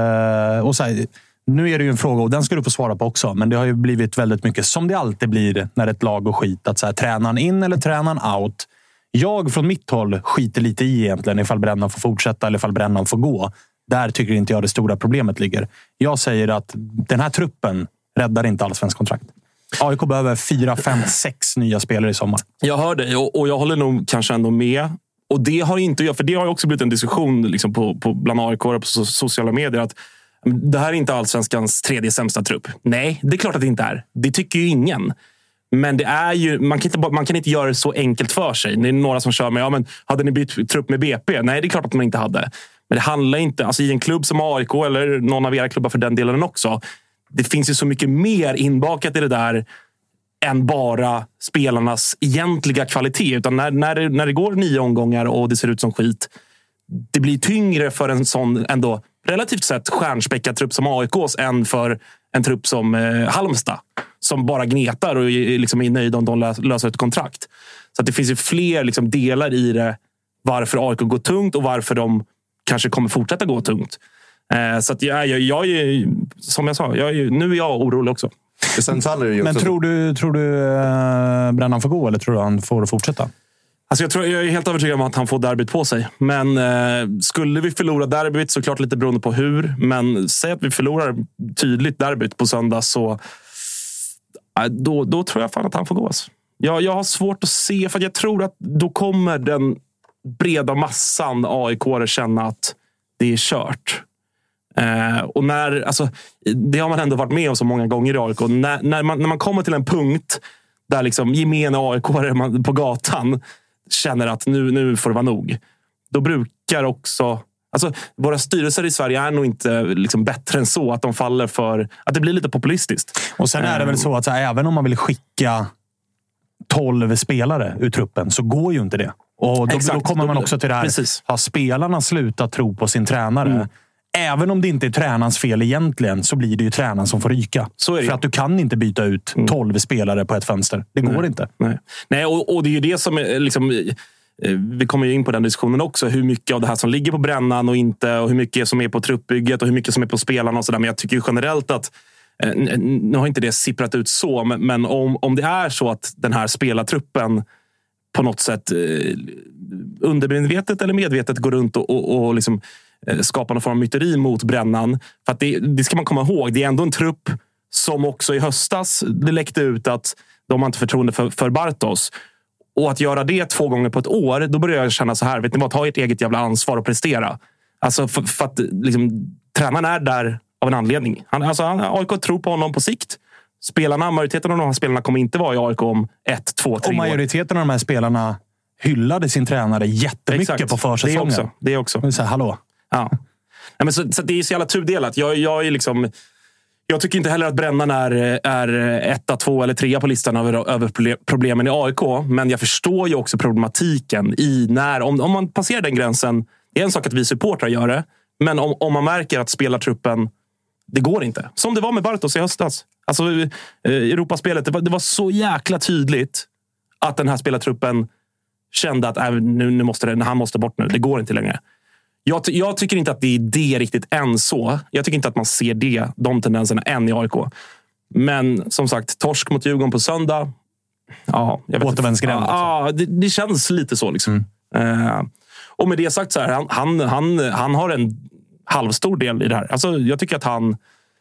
Eh, och så här, nu är det ju en fråga, och den ska du få svara på också. Men det har ju blivit väldigt mycket, som det alltid blir när ett lag går skit. Att så här, tränan in eller tränan out. Jag från mitt håll skiter lite i egentligen ifall Brännan får fortsätta eller ifall Brännan får gå. Där tycker inte jag det stora problemet ligger. Jag säger att den här truppen räddar inte allsvensk kontrakt. A I K behöver fyra, fem, sex nya spelare i sommar. Jag hör dig och, och jag håller nog kanske ändå med. Och det har inte jag, för det har ju också blivit en diskussion liksom på, på, bland A I K och på sociala medier att det här är inte allsvenskans tredje sämsta trupp. Nej, det är klart att det inte är. Det tycker ju ingen. Men det är ju, man kan inte, man kan inte göra det så enkelt för sig. Det är några som kör med, ja men hade ni bytt trupp med B P? Nej, det är klart att man inte hade. Men det handlar inte, alltså i en klubb som A I K eller någon av era klubbar för den delen också. Det finns ju så mycket mer inbakat i det där än bara spelarnas egentliga kvalitet. Utan när, när, det, när det går nio omgångar och det ser ut som skit, det blir tyngre för en sån ändå relativt sett stjärnspäckad trupp som A I K:s än för en trupp som eh, Halmstad. Som bara gnetar och är, liksom är nöjd om de lös, löser ett kontrakt. Så att det finns ju fler liksom, delar i det varför A I K går tungt och varför de kanske kommer fortsätta gå tungt. Eh, så att jag, jag, jag är som jag sa, jag är, nu är jag orolig också. Sen faller det ju också. Men tror du, tror du uh, Brännan får gå eller tror du han får fortsätta? Alltså jag, tror, jag är helt övertygad om att han får derbyt på sig. Men eh, skulle vi förlora derbyt, såklart lite beroende på hur. Men säg att vi förlorar tydligt derbyt på söndag så eh, då, då tror jag fan att han får gå. Alltså. Jag, jag har svårt att se, för att jag tror att då kommer den breda massan A I K känna att det är kört. Eh, och när, alltså, det har man ändå varit med om så många gånger i A I K. När, när, man, när man kommer till en punkt där liksom gemene A I K på gatan känner att nu, nu får det vara nog. Då brukar också... Alltså, våra styrelser i Sverige är nog inte liksom bättre än så att de faller för... Att det blir lite populistiskt. Och sen är det väl så att så här, även om man vill skicka tolv spelare ur truppen så går ju inte det. Och då, då kommer man också till det här. Precis. Har spelarna slutat tro på sin tränare? Mm. även om det inte är tränarens fel egentligen, så blir det ju tränaren som får ryka. Så är det. För att du kan inte byta ut tolv mm. spelare på ett fönster. Det går Nej. inte. Nej, Nej och, och det är ju det som är liksom... Vi kommer ju in på den diskussionen också. Hur mycket av det här som ligger på brännan och inte. Och hur mycket som är på truppbygget och hur mycket som är på spelarna och sådär. Men jag tycker ju generellt att... Nu har inte det sipprat ut så. Men om, om det är så att den här spelartruppen på något sätt undermedvetet eller medvetet går runt och, och, och liksom skapar någon form av myteri mot brännan. För att det, det ska man komma ihåg. Det är ändå en trupp som också i höstas det läckte ut att de har inte förtroende för, för Bartos. Och att göra det två gånger på ett år, då börjar jag känna så här, vet ni vad, ta ert eget jävla ansvar och prestera. Alltså för, för att liksom, tränaren är där av en anledning. Han, alltså, han, A I K tror på honom på sikt. Spelarna, majoriteten av de här spelarna kommer inte vara i A I K om ett, två, tre år. Och majoriteten av de här spelarna hyllade sin tränare jättemycket Exakt. på försäsongen. Det också. Det är också. Men så här, hallå. Ja. Nej, men så, så det är så jävla tudelat. Jag, jag är liksom... Jag tycker inte heller att Brännan är, är etta, två eller trea på listan över, över problemen i A I K. Men jag förstår ju också problematiken i när... Om, om man passerar den gränsen, det är en sak att vi supportrar gör det. Men om, om man märker att spelartruppen, det går inte. Som det var med Bartos i höstas. Alltså Europaspelet, det var, det var så jäkla tydligt att den här spelartruppen kände att äh, nu, nu måste det, han måste bort nu. Det går inte längre. Jag, jag tycker inte att det är det riktigt än så. Jag tycker inte att man ser det, de tendenserna än i A I K. Men som sagt, torsk mot Djurgården på söndag. Ja, återvändsgränd. Ja, det, det känns lite så liksom. Mm. Uh, och med det sagt så här, han, han, han, han har en halvstor del i det här. Alltså, jag tycker att han...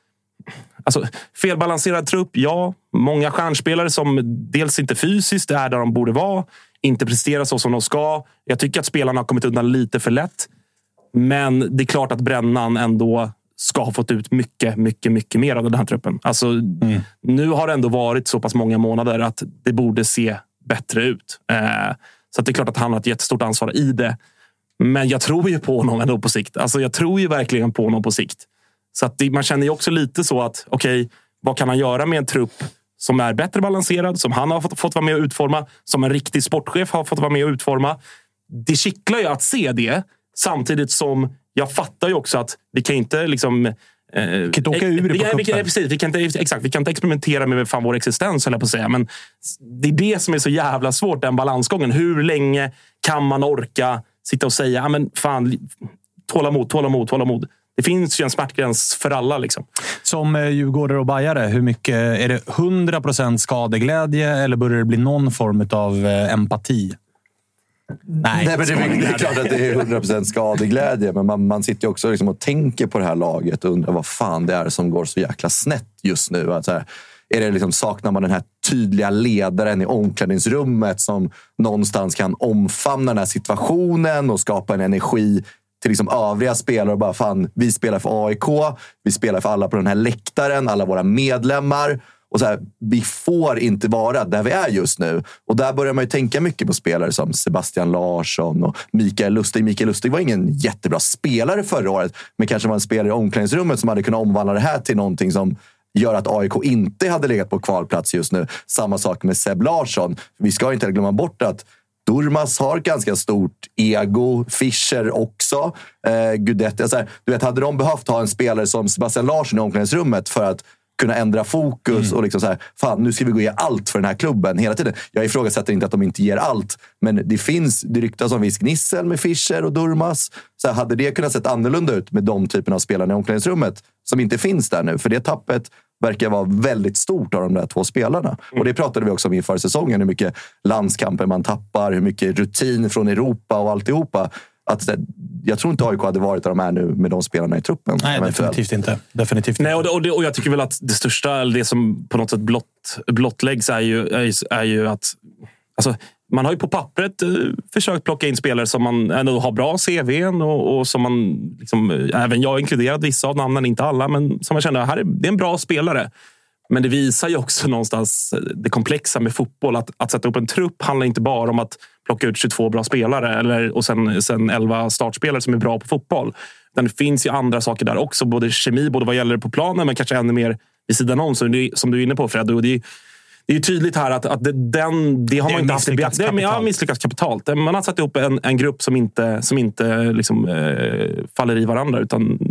Alltså, felbalanserad trupp, ja. Många stjärnspelare som dels inte fysiskt är där de borde vara. Inte presterar så som de ska. Jag tycker att spelarna har kommit undan lite för lätt. Men det är klart att Brännan ändå ska ha fått ut mycket, mycket, mycket mer av den här truppen. Alltså, mm. nu har det ändå varit så pass många månader att det borde se bättre ut. Eh, så att det är klart att han har ett jättestort ansvar i det. Men jag tror ju på honom ändå på sikt. Alltså jag tror ju verkligen på honom på sikt. Så att det, man känner ju också lite så att, okej, okay, vad kan han göra med en trupp som är bättre balanserad, som han har fått, fått vara med och utforma, som en riktig sportchef har fått vara med och utforma. Det kittlar ju att se det, samtidigt som jag fattar ju också att vi kan inte liksom... Eh, vi kan inte åka ur det på vi, vi, precis, vi kan inte, exakt, vi kan inte experimentera med fan vår existens, höll jag på att säga. Men det är det som är så jävla svårt, den balansgången. Hur länge kan man orka sitta och säga, ja men fan, tålamod, tålamod, tålamod. Det finns ju en smärtgräns för alla liksom. Som djurgårdare och bajare, hur mycket är det hundra procent skadeglädje eller börjar det bli någon form av empati? Nej, Nej men det, är, det är klart att det är hundra procent skadeglädje, men man, man sitter ju också liksom och tänker på det här laget och undrar vad fan det är som går så jäkla snett just nu. Att så här, är det liksom, saknar man den här tydliga ledaren i omklädningsrummet som någonstans kan omfamna den här situationen och skapa en energi till liksom övriga spelare och bara fan, vi spelar för A I K, vi spelar för alla på den här läktaren, alla våra medlemmar. Och så här, vi får inte vara där vi är just nu. Och där börjar man ju tänka mycket på spelare som Sebastian Larsson och Mikael Lustig. Mikael Lustig var ingen jättebra spelare förra året, men kanske var en spelare i omklädningsrummet som hade kunnat omvandla det här till någonting som gör att A I K inte hade legat på kvalplats just nu. Samma sak med Seb Larsson. Vi ska inte glömma bort att Durmaz har ganska stort ego. Fischer också. Eh, Gudetti. Alltså här, du vet, hade de behövt ha en spelare som Sebastian Larsson i omklädningsrummet för att kunna ändra fokus mm. och liksom så här, fan, nu ska vi gå och ge allt för den här klubben hela tiden. Jag ifrågasätter inte att de inte ger allt, men det finns, det ryktas om viss gnissel med Fischer och Durmaz. Så här, hade det kunnat sett annorlunda ut med de typerna av spelarna i omklädningsrummet som inte finns där nu? För det tappet verkar vara väldigt stort av de där två spelarna. Mm. Och det pratade vi också om inför säsongen, hur mycket landskamper man tappar, hur mycket rutin från Europa och alltihopa. Att, jag tror inte A I K hade varit där de är nu med de spelarna i truppen. Nej, definitivt inte. Definitivt Nej, och, det, och, det, och jag tycker väl att det största, eller det som på något sätt blott, blottläggs är ju, är, är ju att alltså, man har ju på pappret eh, försökt plocka in spelare som man ändå har bra C V:n och, och som man, liksom, även jag har inkluderat vissa av namnen, inte alla, men som man känner, här är, det är en bra spelare. Men det visar ju också någonstans det komplexa med fotboll. Att, att sätta upp en trupp handlar inte bara om att plocka ut tjugotvå bra spelare eller, och sen, sen elva startspelare som är bra på fotboll. Utan det finns ju andra saker där också. Både kemi, både vad gäller på planen, men kanske ännu mer vid sidan om. Som du, som du är inne på, Fred. Och det är, det är ju tydligt här att, att det, den, det har det man inte haft i beakt. Det har misslyckats kapitalt. Man har satt ihop en, en grupp som inte, som inte liksom, eh, faller i varandra. Utan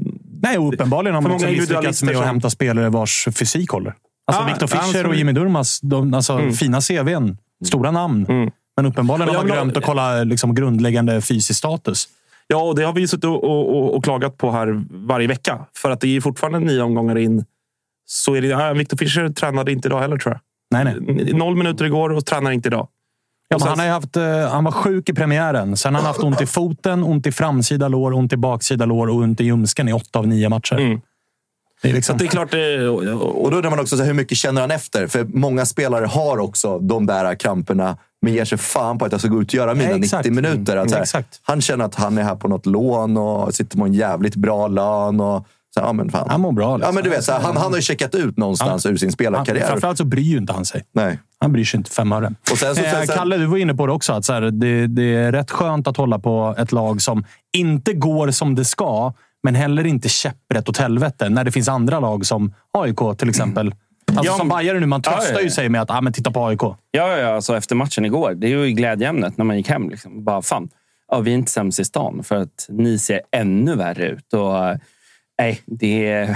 Nej, uppenbarligen har man också misslyckats med att som... hämta spelare vars fysik håller. Alltså ah, Victor Fischer ja, och Jimmy Durmaz, de, alltså mm. fina C V:n, stora namn. Mm. Men uppenbarligen har man glömt att kolla liksom, grundläggande fysisk status. Ja, och det har vi ju suttit och, och, och klagat på här varje vecka. För att det är fortfarande nio omgångar in. Så är det, ja, Victor Fischer tränade inte idag heller, tror jag. Nej, nej. Noll minuter igår och tränar inte idag. Ja, men han, har haft, han var sjuk i premiären. Sen har han haft ont i foten, ont i framsida lår, ont i baksida lår och ont i ljumsken i åtta av nio matcher. Mm. Det är, liksom... det är klart det... Och då undrar man också så här, hur mycket känner han efter? För många spelare har också de där kramperna, men ger sig fan på att jag ska gå ut och göra mina ja, nittio minuter. Att, mm. här, han känner att han är här på något lån och sitter på en jävligt bra lön och så, ja, men fan. Han mår bra. Liksom. Ja, men du vet, så här, han, han har ju checkat ut någonstans ja. ur sin spelarkarriär. Han, framförallt så bryr ju inte han sig. Nej. Han bryr sig inte fem öre. Och sen, så, sen, sen... Kalle, du var inne på det också. Att så här, det, det är rätt skönt att hålla på ett lag som inte går som det ska, men heller inte käpprätt åt helvete. När det finns andra lag som A I K till exempel. Mm. Alltså ja, som Bayern nu, man tröstar ja, ja. ju sig med att ah, men titta på A I K. Ja, ja, alltså efter matchen igår. Det är ju glädjeämnet när man gick hem. Liksom. Bara fan, ja, vi är inte sämst i stan för att ni ser ännu värre ut. Och nej, det,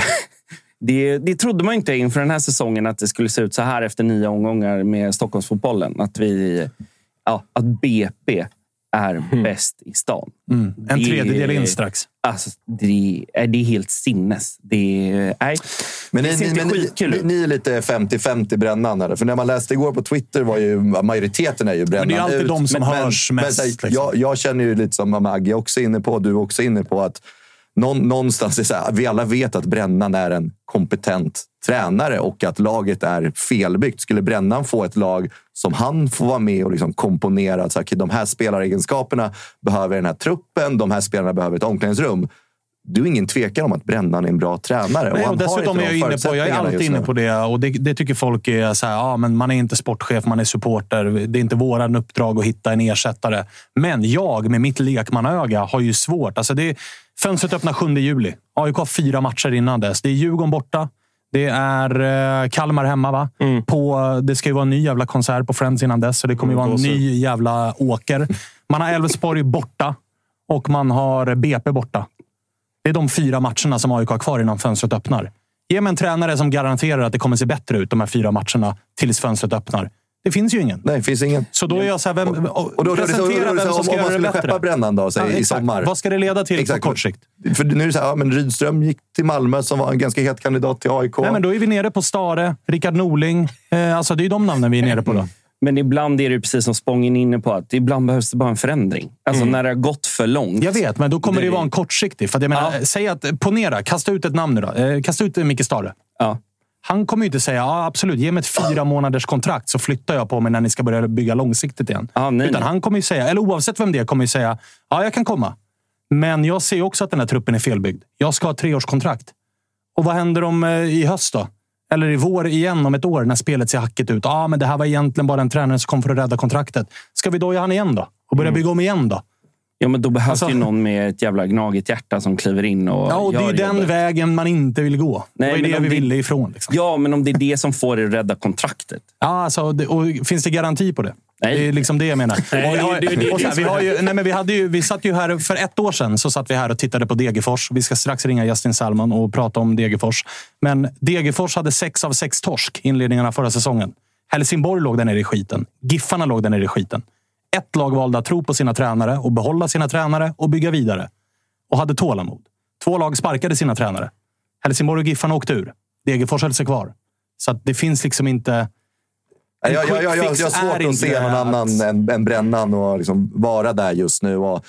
det, det trodde man inte inför den här säsongen att det skulle se ut så här efter nio omgångar med Stockholmsfotbollen. Att vi, ja, att B P är mm. bäst i stan. Mm. En det, tredjedel in strax. Alltså, det, är, det är helt sinnes. Det är, nej, men det ni, ni, men ni, ni är lite femtio femtio Brännan. Eller? För när man läste igår på Twitter var ju majoriteten är ju Brännan. Men det är alltid ut. de som men, hörs men, mest. Men, liksom. jag, jag känner ju lite som Maggie också inne på, du också inne på, att någon, någonstans är så här, vi alla vet att Brännan är en kompetent tränare och att laget är felbyggt. Skulle Brännan få ett lag som han får vara med och liksom komponera, så här, de här spelaregenskaperna behöver den här truppen, de här spelarna behöver ett omklädningsrum. Du är ingen tvekan om att Brännan är en bra tränare. Nej, och han och dessutom har är jag inne på, jag är alltid inne på det, och det, det tycker folk är så här, ja, men man är inte sportchef, man är supporter. Det är inte våran uppdrag att hitta en ersättare. Men jag med mitt lekmanöga har ju svårt. Alltså det är, fönstret öppnar sjunde juli. A I K har fyra matcher innan dess. Det är Djurgården borta. Det är eh, Kalmar hemma, va? Mm. På, det ska ju vara en ny jävla konsert på Friends innan dess. Så det kommer ju vara en ny jävla åker. Man har Elfsborg borta. Och man har B P borta. Det är de fyra matcherna som A I K har kvar innan fönstret öppnar. Ge mig en tränare som garanterar att det kommer se bättre ut de här fyra matcherna tills fönstret öppnar. Det finns ju ingen. Nej, det finns ingen. Så då är jag så här, vem, och, och då, presentera vem som ska göra det bättre. Om man skulle skeppa Brännan då, säg, ja, i sommar. Vad ska det leda till exakt. På kort sikt? För nu är det så här, ja, men Rydström gick till Malmö som var en ganska het kandidat till A I K. Nej, men då är vi nere på Stare, Rickard Norling. Eh, alltså det är ju de namnen vi är nere på då. Men ibland är det precis som Spången inne på, att ibland behövs det bara en förändring. Alltså mm. när det har gått för långt. Jag vet, men då kommer det, det vara en kortsiktig. För att jag menar, ja. säg att, ponera, kasta ut ett namn nu då. Eh, kasta ut Micke Stare. Ja. Han kommer ju inte säga, ja absolut, ge mig ett fyra månaders kontrakt så flyttar jag på mig när ni ska börja bygga långsiktigt igen. Ah, nej, Utan nej. han kommer ju säga, eller oavsett vem det är, kommer ju säga, ja jag kan komma. Men jag ser också att den här truppen är felbyggd. Jag ska ha tre års kontrakt. Och vad händer om eh, i höst då? Eller i vår igen om ett år när spelet ser hackigt ut. Ja, ah, men det här var egentligen bara en tränare som kom för att rädda kontraktet. Ska vi då göra han igen då? Och börja bygga om igen då? Ja, men då behövs alltså, ju någon med ett jävla gnagigt hjärta som kliver in och ja, och det är den jobbet. Vägen man inte vill gå. Nej, det är det vi det, ville ifrån. Liksom. Ja, men om det är det som får er rädda kontraktet. Ja, alltså, det, och finns det garanti på det? Nej. Det är liksom det jag menar. Nej, och vi, har, det, det, det, och så här, vi, har ju, nej, men vi, hade ju, vi satt ju här för ett år sedan så satt vi här och tittade på Degerfors. Vi ska strax ringa Justin Salmon och prata om Degerfors. Men Degerfors hade sex av sex torsk inledningarna förra säsongen. Helsingborg låg där nere i skiten. Giffarna låg där nere i skiten. Ett lag valde att tro på sina tränare och behålla sina tränare och bygga vidare. Och hade tålamod. Två lag sparkade sina tränare. Helsingborg och Giffarna åkte ur. Degerfors höll sig kvar. Så att det finns liksom inte... Jag, jag, jag, jag, jag har svårt att se någon annan att... än, än Brännan och liksom vara där just nu och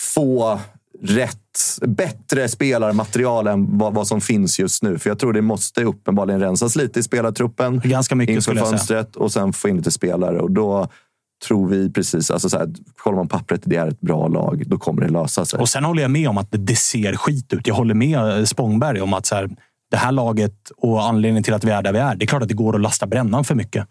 få rätt, bättre spelarmaterial än vad, vad som finns just nu. För jag tror det måste uppenbarligen rensas lite i spelartruppen. Ganska mycket inför skulle jag fönstret säga. Och sen få in lite spelare. Och då tror vi precis, alltså så här, kollar man pappret, det är ett bra lag, då kommer det lösa sig. Och sen håller jag med om att det ser skit ut. Jag håller med Spångberg om att så här, det här laget och anledningen till att vi är där vi är, det är klart att det går att lasta Brännan för mycket.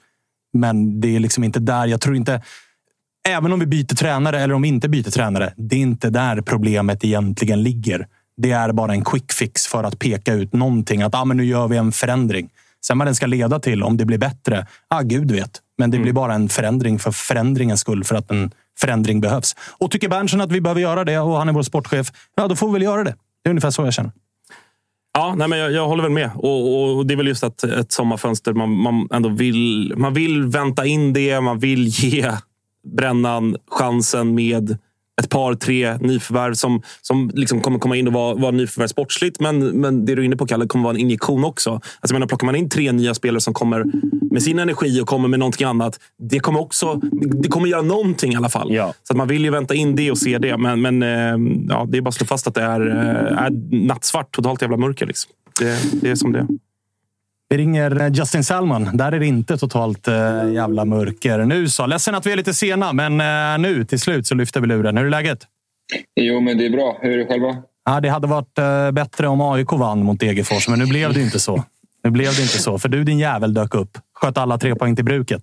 Men det är liksom inte där, jag tror inte, även om vi byter tränare eller om vi inte byter tränare, det är inte där problemet egentligen ligger. Det är bara en quick fix för att peka ut någonting, att ah, men nu gör vi en förändring. Sen vad den ska leda till, om det blir bättre, ah, gud vet. Men det mm. blir bara en förändring för förändringens skull, för att en förändring behövs. Och tycker Berntsen att vi behöver göra det och han är vår sportchef, ja då får vi väl göra det. Det är ungefär så jag känner. Ja, nej, men jag, jag håller väl med. Och, och det är väl just att ett sommarfönster, man, man ändå vill, man vill vänta in det. Man vill ge Brännan chansen med ett par, tre nyförvärv som, som liksom kommer komma in och vara, vara nyförvärv sportsligt. Men, men det du är inne på, Kalle, kommer vara en injektion också. Alltså, jag menar, plockar man in tre nya spelare som kommer med sin energi och kommer med någonting annat, det kommer också det kommer göra någonting i alla fall. Ja. Så att man vill ju vänta in det och se det. Men, men ja, det är bara att slå fast att det är, är nattsvart, totalt jävla mörker. Liksom. Det, det är som det är. Vi ringer Justin Salmon. Där är det inte totalt äh, jävla mörker. Nu så, ledsen att vi är lite sena, men äh, nu till slut så lyfter vi luren. Hur är läget? Jo, men det är bra. Hur är det själva? Ja, det hade varit äh, bättre om A I K vann mot Degerfors, men nu blev det inte så. Nu blev det inte så, för du, din jävel, dök upp. Sköt alla tre poäng till bruket.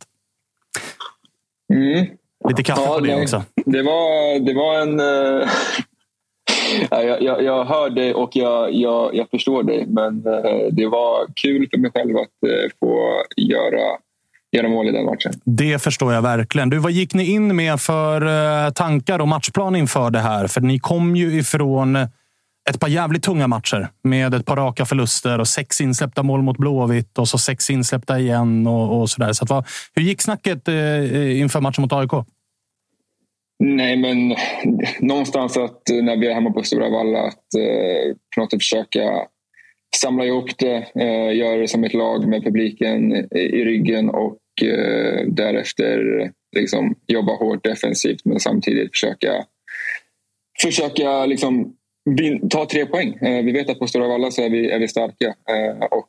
Mm. Lite kaffe ja, på det nej. också. Det var, det var en... Uh... Jag, jag, jag hör dig och jag, jag, jag förstår dig, men uh, det var kul för mig själv att uh, få göra, göra mål i den matchen. Det förstår jag verkligen. Du, vad gick ni in med för uh, tankar och matchplan inför det här? För ni kom ju ifrån ett par jävligt tunga matcher med ett par raka förluster och sex insläppta mål mot Blåvitt och så sex insläppta igen och, och sådär. Så att, vad, hur gick snacket uh, inför matchen mot A I K? Nej, men någonstans att när vi är hemma på Stora Valla att eh, på något sätt försöka samla ihop det, eh, göra det som ett lag med publiken i, i ryggen och eh, därefter liksom jobba hårt defensivt men samtidigt försöka försöka liksom vin- ta tre poäng. Eh, vi vet att på Stora Valla så är vi, är vi starka eh, och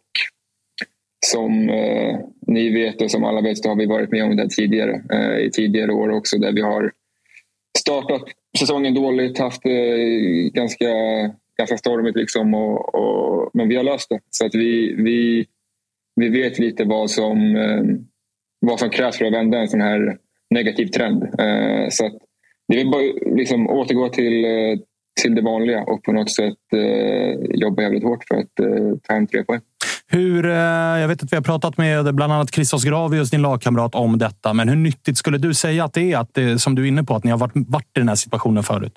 som eh, ni vet och som alla vet så har vi varit med om det tidigare eh, i tidigare år också där vi har startat säsongen dåligt, haft eh, ganska, ganska stormigt liksom och, och, men vi har löst det. Så att vi, vi, vi vet lite vad som, eh, vad som krävs för att vända en sån här negativ trend. Eh, så att det är bara liksom återgå till, eh, till det vanliga och på något sätt eh, jobba jävligt hårt för att eh, ta hem tre poäng. Hur, jag vet att vi har pratat med bland annat Christos Gravius, din lagkamrat, om detta. Men hur nyttigt skulle du säga att det är, att det, som du är inne på, att ni har varit, varit i den här situationen förut?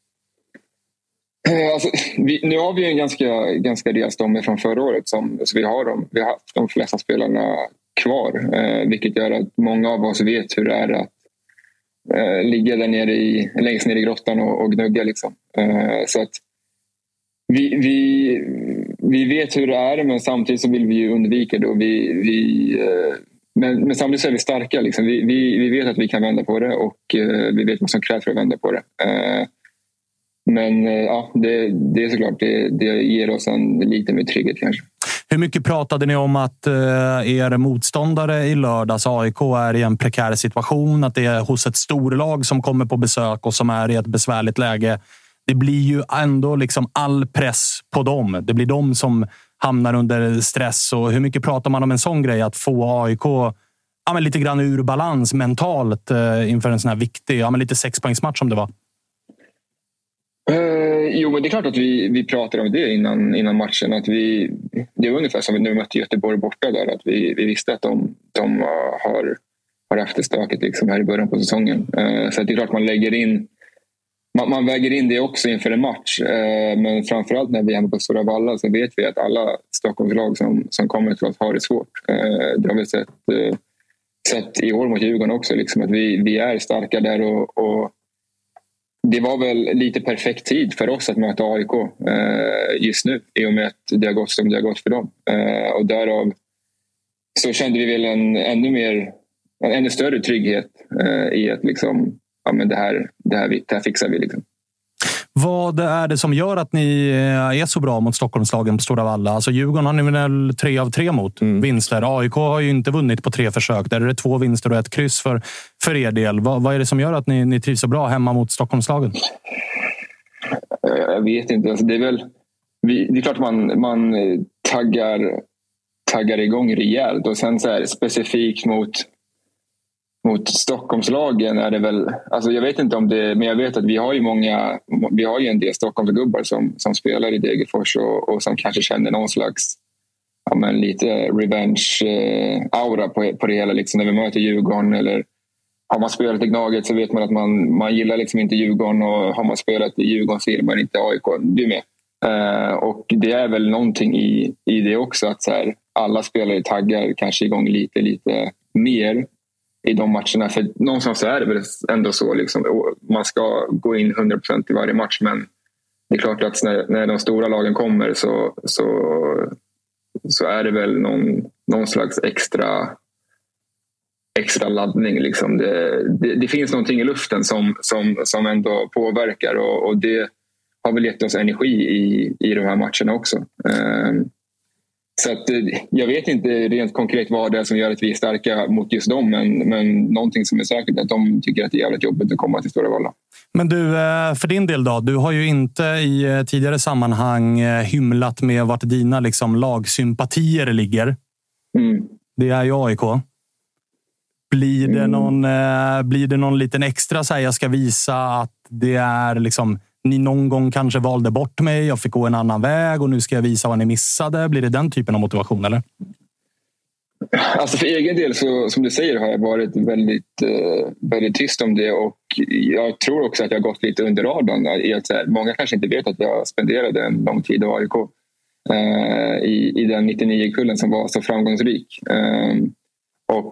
Alltså, vi, nu har vi en ganska, ganska rejäl stomme från förra året. Som, så vi, har dem, vi har haft de flesta spelarna kvar. Eh, vilket gör att många av oss vet hur det är att eh, ligga där nere i, längst ner i grottan och, och gnugga. Liksom. Eh, så att vi... vi Vi vet hur det är, men samtidigt så vill vi ju undvika det. Och vi, vi, men, men samtidigt så är vi starka. Liksom. Vi, vi, vi vet att vi kan vända på det och vi vet vad som krävs för att vända på det. Men ja, det, det är såklart, det, det ger oss en lite mer trygghet kanske. Hur mycket pratade ni om att er motståndare i lördags, A I K, är i en prekär situation? Att det är hos ett storlag som kommer på besök och som är i ett besvärligt läge? Det blir ju ändå liksom all press på dem. Det blir de som hamnar under stress. Och hur mycket pratar man om en sån grej? Att få A I K ja, men lite grann ur balans mentalt eh, inför en sån här viktig, ja, men lite sexpoängsmatch som det var. Uh, jo, men det är klart att vi, vi pratade om det innan, innan matchen. Att vi, det var ungefär som vi nu mötte Göteborg borta där. Att vi, vi visste att de, de har, har haft det stöket liksom här i början på säsongen. Uh, så att det är klart man lägger in Man, man väger in det också inför en match. Eh, men framförallt när vi är på Stora Valla så vet vi att alla Stockholmslag som, som kommer till oss har det svårt. Eh, det har vi sett, eh, sett i år mot Djurgården också. Liksom, att vi, vi är starka där. Och, och det var väl lite perfekt tid för oss att möta A I K eh, just nu. I och med att det har gått som det har gått för dem. Eh, och därav så kände vi väl en ännu mer, en ännu större trygghet eh, i att liksom ja, men det här, det här, det här fixar vi liksom. Vad är det som gör att ni är så bra mot Stockholmslagen på Stora Valla? Alltså Djurgården har ni väl tre av tre mot mm. vinster. A I K har ju inte vunnit på tre försök. Där är det två vinster och ett kryss för, för er del. Vad, vad är det som gör att ni, ni trivs så bra hemma mot Stockholmslagen? Jag vet inte. Alltså det är väl... Vi, det är klart man, man taggar, taggar igång rejält. Och sen så här, specifikt mot... Mot Stockholmslagen är det väl, alltså jag vet inte om det, men jag vet att vi har ju många, vi har ju en del Stockholmsgubbar som, som spelar i Degerfors och, och som kanske känner någon slags, ja men lite revenge-aura eh, på, på det hela liksom när vi möter Djurgården, eller har man spelat i Gnaget så vet man att man, man gillar liksom inte Djurgården, och har man spelat i Djurgården så gillar man inte A I K. Du med. Uh, och det är väl någonting i, i det också, att så här, alla spelare taggar kanske igång lite, lite mer i de matcherna. För någonstans så är det väl ändå så. Liksom, man ska gå in hundra procent i varje match, men det är klart att när, när de stora lagen kommer så, så, så är det väl någon, någon slags extra, extra laddning. Liksom. Det, det, det finns någonting i luften som, som, som ändå påverkar, och, och det har väl gett oss energi i, i de här matcherna också. Um, så att, jag vet inte rent konkret vad det är som gör att vi är starka mot just dem, men, men någonting som är säkert är att de tycker att det är jävligt jobbigt att komma till Stora Valla. Men du, för din del då, du har ju inte i tidigare sammanhang hymlat med vart dina liksom lagsympatier ligger. Mm. Det är ju A I K. Blir det någon, mm. blir det någon liten extra så här, jag ska visa att det är liksom, ni någon gång kanske valde bort mig, jag fick gå en annan väg och nu ska jag visa vad ni missade. Blir det den typen av motivation, eller? Alltså för egen del, så, som du säger, har jag varit väldigt, eh, väldigt tyst om det, och jag tror också att jag har gått lite under radarn i att så här, många kanske inte vet att jag spenderade en lång tid i A I K eh, i, i den nittionio-kullen som var så framgångsrik. Eh, och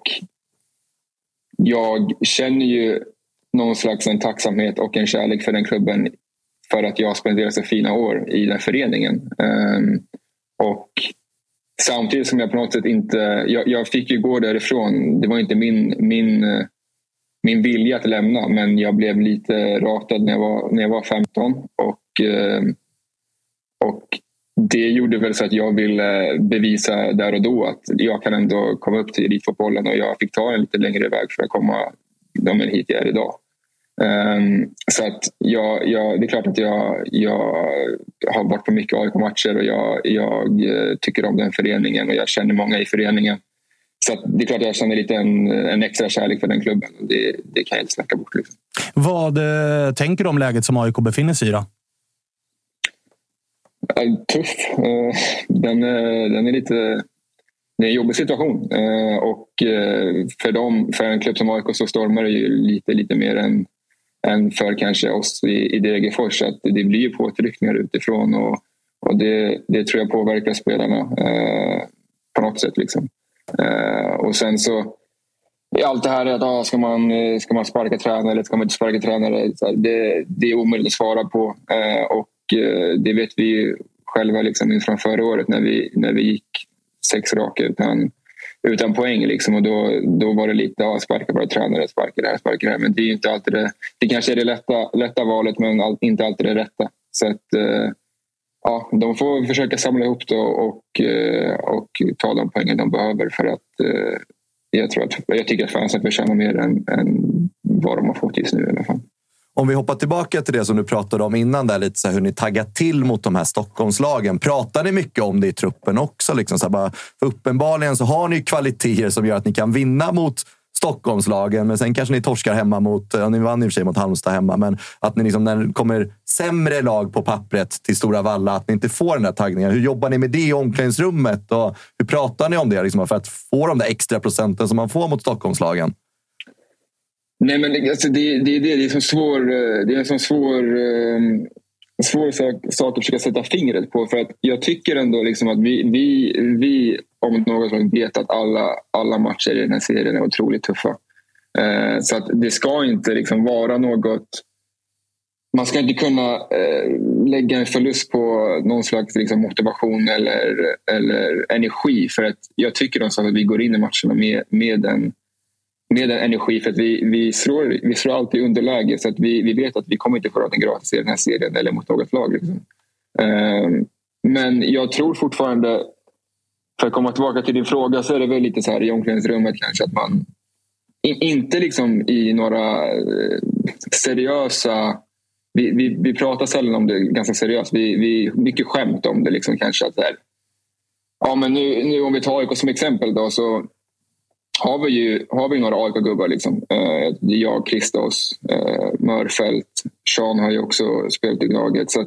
jag känner ju någon slags en tacksamhet och en kärlek för den klubben för att jag spenderade så fina år i den föreningen. Um, och samtidigt som jag på något sätt inte... Jag, jag fick ju gå därifrån. Det var inte min, min, min vilja att lämna, men jag blev lite ratad när jag var, när jag var femton. Och, um, och det gjorde väl så att jag ville bevisa där och då att jag kan ändå komma upp till elitfotbollen, och jag fick ta en lite längre väg för att komma de är hit jag är idag. Um, så att jag, jag, det är klart att jag, jag har varit på mycket A I K-matcher, och jag, jag tycker om den föreningen och jag känner många i föreningen. Så att det är klart att jag känner lite en, en extra kärlek för den klubben. Det, det kan jag inte snacka bort. Liksom. Vad eh, tänker du om läget som A I K befinner sig i då? Tuff. Uh, den, den är lite... Det är en jobbig situation, uh, och uh, för, dem, för en klubb som A I K så stormar det ju lite, lite mer än, än för kanske oss i, i Degerfors. Så att det blir ju påtryckningar utifrån, och, och det, det tror jag påverkar spelarna uh, på något sätt. Liksom. Uh, och sen så allt det här att ah, ska, man, ska man sparka tränare eller ska man inte sparka tränare, så här, det, det är omöjligt att svara på, uh, och uh, det vet vi ju själva liksom, inför förra året när vi, när vi gick sex raka utan, utan poäng liksom, och då, då var det lite ja, sparka bara tränare, sparka det här, sparka det här, men det är ju inte alltid det, det kanske är det lätta, lätta valet, men all, inte alltid det rätta, så att eh, ja, de får försöka samla ihop det och, eh, och ta de poängen de behöver, för att eh, jag tror att jag tycker att fansen förtjänar mer än, än vad de har fått just nu i alla fall. Om vi hoppar tillbaka till det som du pratade om innan, där lite så här, hur ni taggar till mot de här Stockholmslagen. Pratar ni mycket om det i truppen också? Liksom, så här, bara, för uppenbarligen så har ni kvaliteter som gör att ni kan vinna mot Stockholmslagen, men sen kanske ni torskar hemma mot, ja, ni vann i och för sig mot Halmstad hemma, men att ni liksom, när det kommer sämre lag på pappret till Stora Valla, att ni inte får den där taggningen. Hur jobbar ni med det i omklädningsrummet, och hur pratar ni om det liksom, för att få de där extra procenten som man får mot Stockholmslagen? Nej, men alltså, det, det, det, det är en svår, det är en sån svår, svår sak, sak att försöka sätta fingret på, för att jag tycker ändå liksom att vi, vi, vi om något slag vet att alla, alla matcher i den här serien är otroligt tuffa. Eh, så att det ska inte liksom vara något, man ska inte kunna eh, lägga en förlust på någon slags liksom, motivation eller, eller energi, för att jag tycker att vi går in i matcherna med, med en med en energi, för att vi, vi, slår, vi slår alltid underläge, så att vi, vi vet att vi kommer inte få röra den gratis i den här serien eller mot något lag. Liksom. Um, men jag tror fortfarande, för att komma tillbaka till din fråga, så är det väl lite så här i omklädningsrummet kanske att man in, inte liksom i några uh, seriösa, vi, vi, vi pratar sällan om det ganska seriöst, vi, vi mycket skämt om det liksom, kanske att det är, ja men nu, nu om vi tar A I K som exempel då, så har vi ju har vi några A I K-gubbar liksom. Uh, det är jag, Christos, uh, Mörfält, Sean har ju också spelat i laget, så att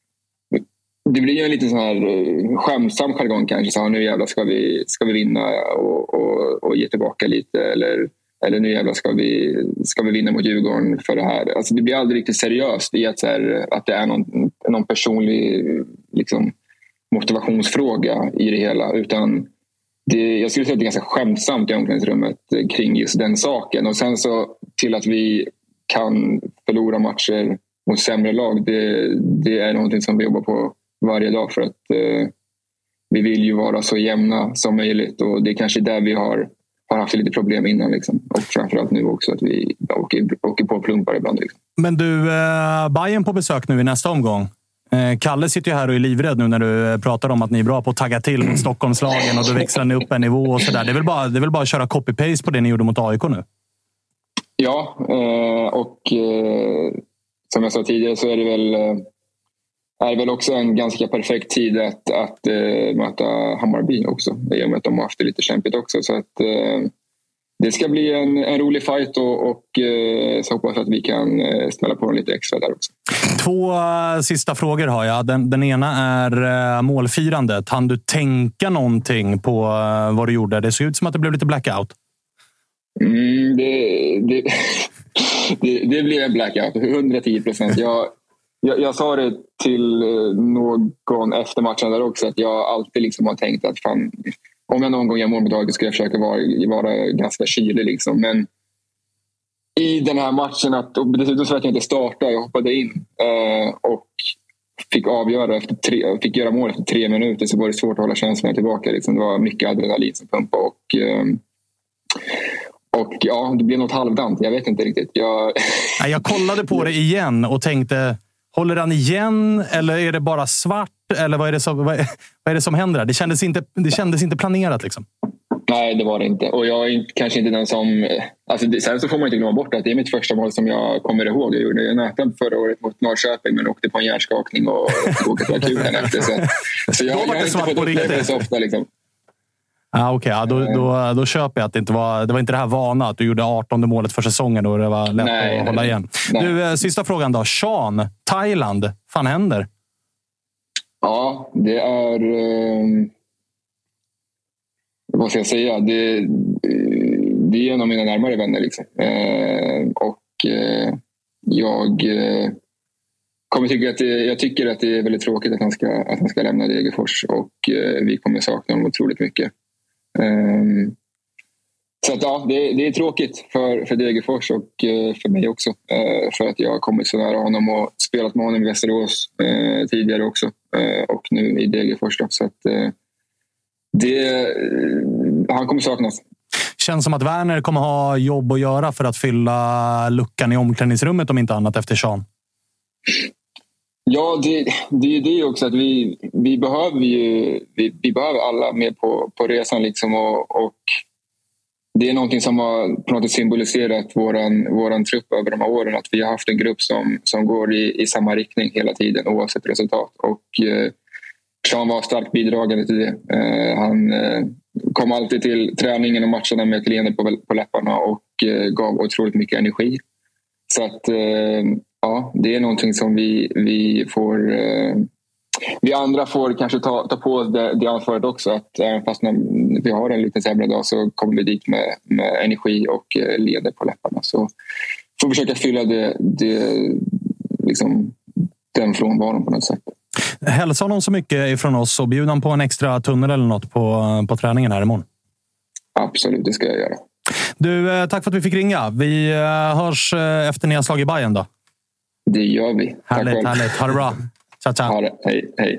det blir ju en liten sån här uh, skämsam jargong kanske, så här, nu jävlar ska vi, ska vi vinna och, och, och ge tillbaka lite, eller, eller nu jävlar ska vi, ska vi vinna mot Djurgården för det här. Alltså det blir aldrig riktigt seriöst i att, så här, att det är någon, någon personlig liksom, motivationsfråga i det hela, utan det, jag skulle säga att det är ganska skämtsamt i omklädningsrummet kring just den saken. Och sen så till att vi kan förlora matcher mot sämre lag, det, det är någonting som vi jobbar på varje dag, för att eh, vi vill ju vara så jämna som möjligt, och det är kanske där vi har, har haft lite problem innan liksom. Och framförallt nu också att vi åker, åker på plumpar ibland liksom. Men du, eh, Bayern på besök nu i nästa omgång. eh, Kalle sitter ju här och är livrädd nu när du pratar om att ni är bra på att tagga till mot Stockholmslagen och då växlar ni upp en nivå och sådär. Det är väl bara, det är väl bara att köra copy-paste på det ni gjorde mot A I K nu? Ja, eh, och eh, som jag sa tidigare så är det väl eh, är väl också en ganska perfekt tid att, att äh, möta Hammarby också. I och med att de har haft det lite kämpigt också. Så att äh, det ska bli en, en rolig fight och, och äh, så hoppas att vi kan äh, smälla på dem lite extra där också. Två äh, sista frågor har jag. Den, den ena är äh, målfirandet. Han du tänka någonting på äh, vad du gjorde? Det såg ut som att det blev lite blackout. Mm, det, det, det, det blev en blackout. hundratio procent. Jag Jag, jag sa det till någon efter matchen där också, att jag alltid liksom har tänkt att fan, om jag någon gång gör mål mot dagen ska jag försöka vara, vara ganska kylig liksom. Men i den här matchen, att, och dessutom så att jag inte startade, jag hoppade in eh, och fick avgöra efter tre, fick göra mål efter tre minuter, så var det svårt att hålla känslorna tillbaka liksom. Det var mycket adrenalin som pumpade och eh, och ja, det blev något halvdant, jag vet inte riktigt. Jag, jag kollade på det igen och tänkte, håller han igen eller är det bara svart? Eller vad är det som, vad är, vad är det som händer? Det kändes, inte, det kändes inte planerat liksom. Nej, det var det inte. Och jag är kanske inte den som... Alltså, det, sen så får man inte glömma bort att det är mitt första mål som jag kommer ihåg. Jag gjorde en näten förra året mot Norrköping, men åkte på en hjärnskakning och åkte till akuten efter. Så, så jag, jag har inte fått uppleva det så ofta liksom. Ah, Okej, okay. ja, då, då, då köper jag att det inte var, det var inte det här vana att du gjorde artonde målet för säsongen och det var lätt nej, att hålla nej, igen. Nej. Du, sista frågan då. Sean, Thailand, fan händer? Ja, det är... Eh, vad ska jag säga? Det, det är en av mina närmare vänner. Liksom. Eh, och eh, jag... Eh, kommer tycka att det, jag tycker att det är väldigt tråkigt att han ska, att han ska lämna Degerfors, och eh, vi kommer sakna honom otroligt mycket. Um, så att, ja, det, det är tråkigt för, för Degerfors och uh, för mig också, uh, för att jag har kommit så nära honom och spelat med honom i Västerås uh, tidigare också, uh, och nu i Degerfors då, så att uh, det, uh, han kommer saknas. Känns som att Werner kommer ha jobb att göra för att fylla luckan i omklädningsrummet om inte annat efter Sean. Ja, det, det är det också, att vi, vi behöver ju vi, vi behöver alla med på, på resan liksom, och, och det är någonting som har på något sätt symboliserat våran, våran trupp över de här åren, att vi har haft en grupp som, som går i, i samma riktning hela tiden oavsett resultat, och eh, Sean var starkt bidragande till det. Eh, han eh, kom alltid till träningen och matcherna med ett leende på, på läpparna och eh, gav otroligt mycket energi, så att eh, ja, det är någonting som vi, vi får... Eh, vi andra får kanske ta, ta på det, det ansvaret också. Att även fast när vi har en liten sämre dag så kommer vi dit med, med energi och eh, leder på läpparna. Så får vi försöka fylla det, det, liksom, den frånvaron på något sätt. Hälsa honom så mycket ifrån oss och bjuda på en extra tunnel eller något på, på träningen här imorgon. Absolut, det ska jag göra. Du, tack för att vi fick ringa. Vi hörs efter nedslag i Bayern då. Det gör vi. Härligt, tack härligt. Ha det bra. Ciao, ciao. Ha det. Hej, hej.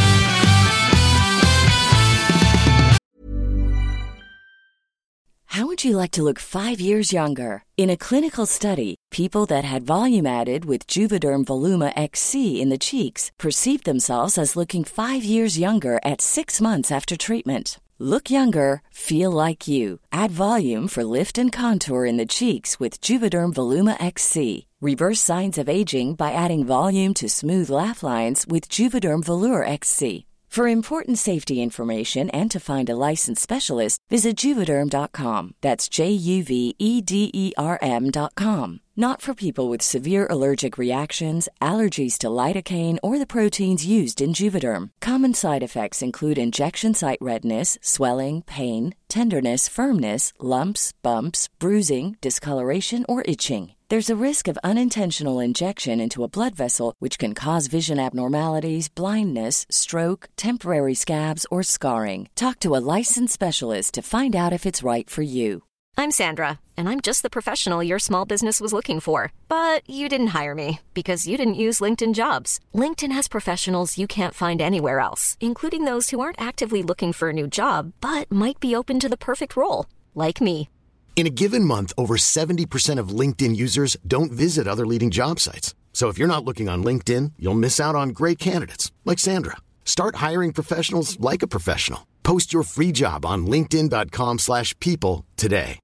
How would you like to look five years younger? In a clinical study, people that had volume added with Juvederm Voluma X C in the cheeks perceived themselves as looking five years younger at six months after treatment. Look younger, feel like you. Add volume for lift and contour in the cheeks with Juvederm Voluma X C. Reverse signs of aging by adding volume to smooth laugh lines with Juvederm Volure X C. For important safety information and to find a licensed specialist, visit Juvederm dot com. That's J U V E D E R M dot com. Not for people with severe allergic reactions, allergies to lidocaine, or the proteins used in Juvederm. Common side effects include injection site redness, swelling, pain, tenderness, firmness, lumps, bumps, bruising, discoloration, or itching. There's a risk of unintentional injection into a blood vessel, which can cause vision abnormalities, blindness, stroke, temporary scabs, or scarring. Talk to a licensed specialist to find out if it's right for you. I'm Sandra, and I'm just the professional your small business was looking for. But you didn't hire me because you didn't use LinkedIn Jobs. LinkedIn has professionals you can't find anywhere else, including those who aren't actively looking for a new job, but might be open to the perfect role, like me. In a given month, over seventy percent of LinkedIn users don't visit other leading job sites. So if you're not looking on LinkedIn, you'll miss out on great candidates like Sandra. Start hiring professionals like a professional. Post your free job on linkedin dot com slash people today.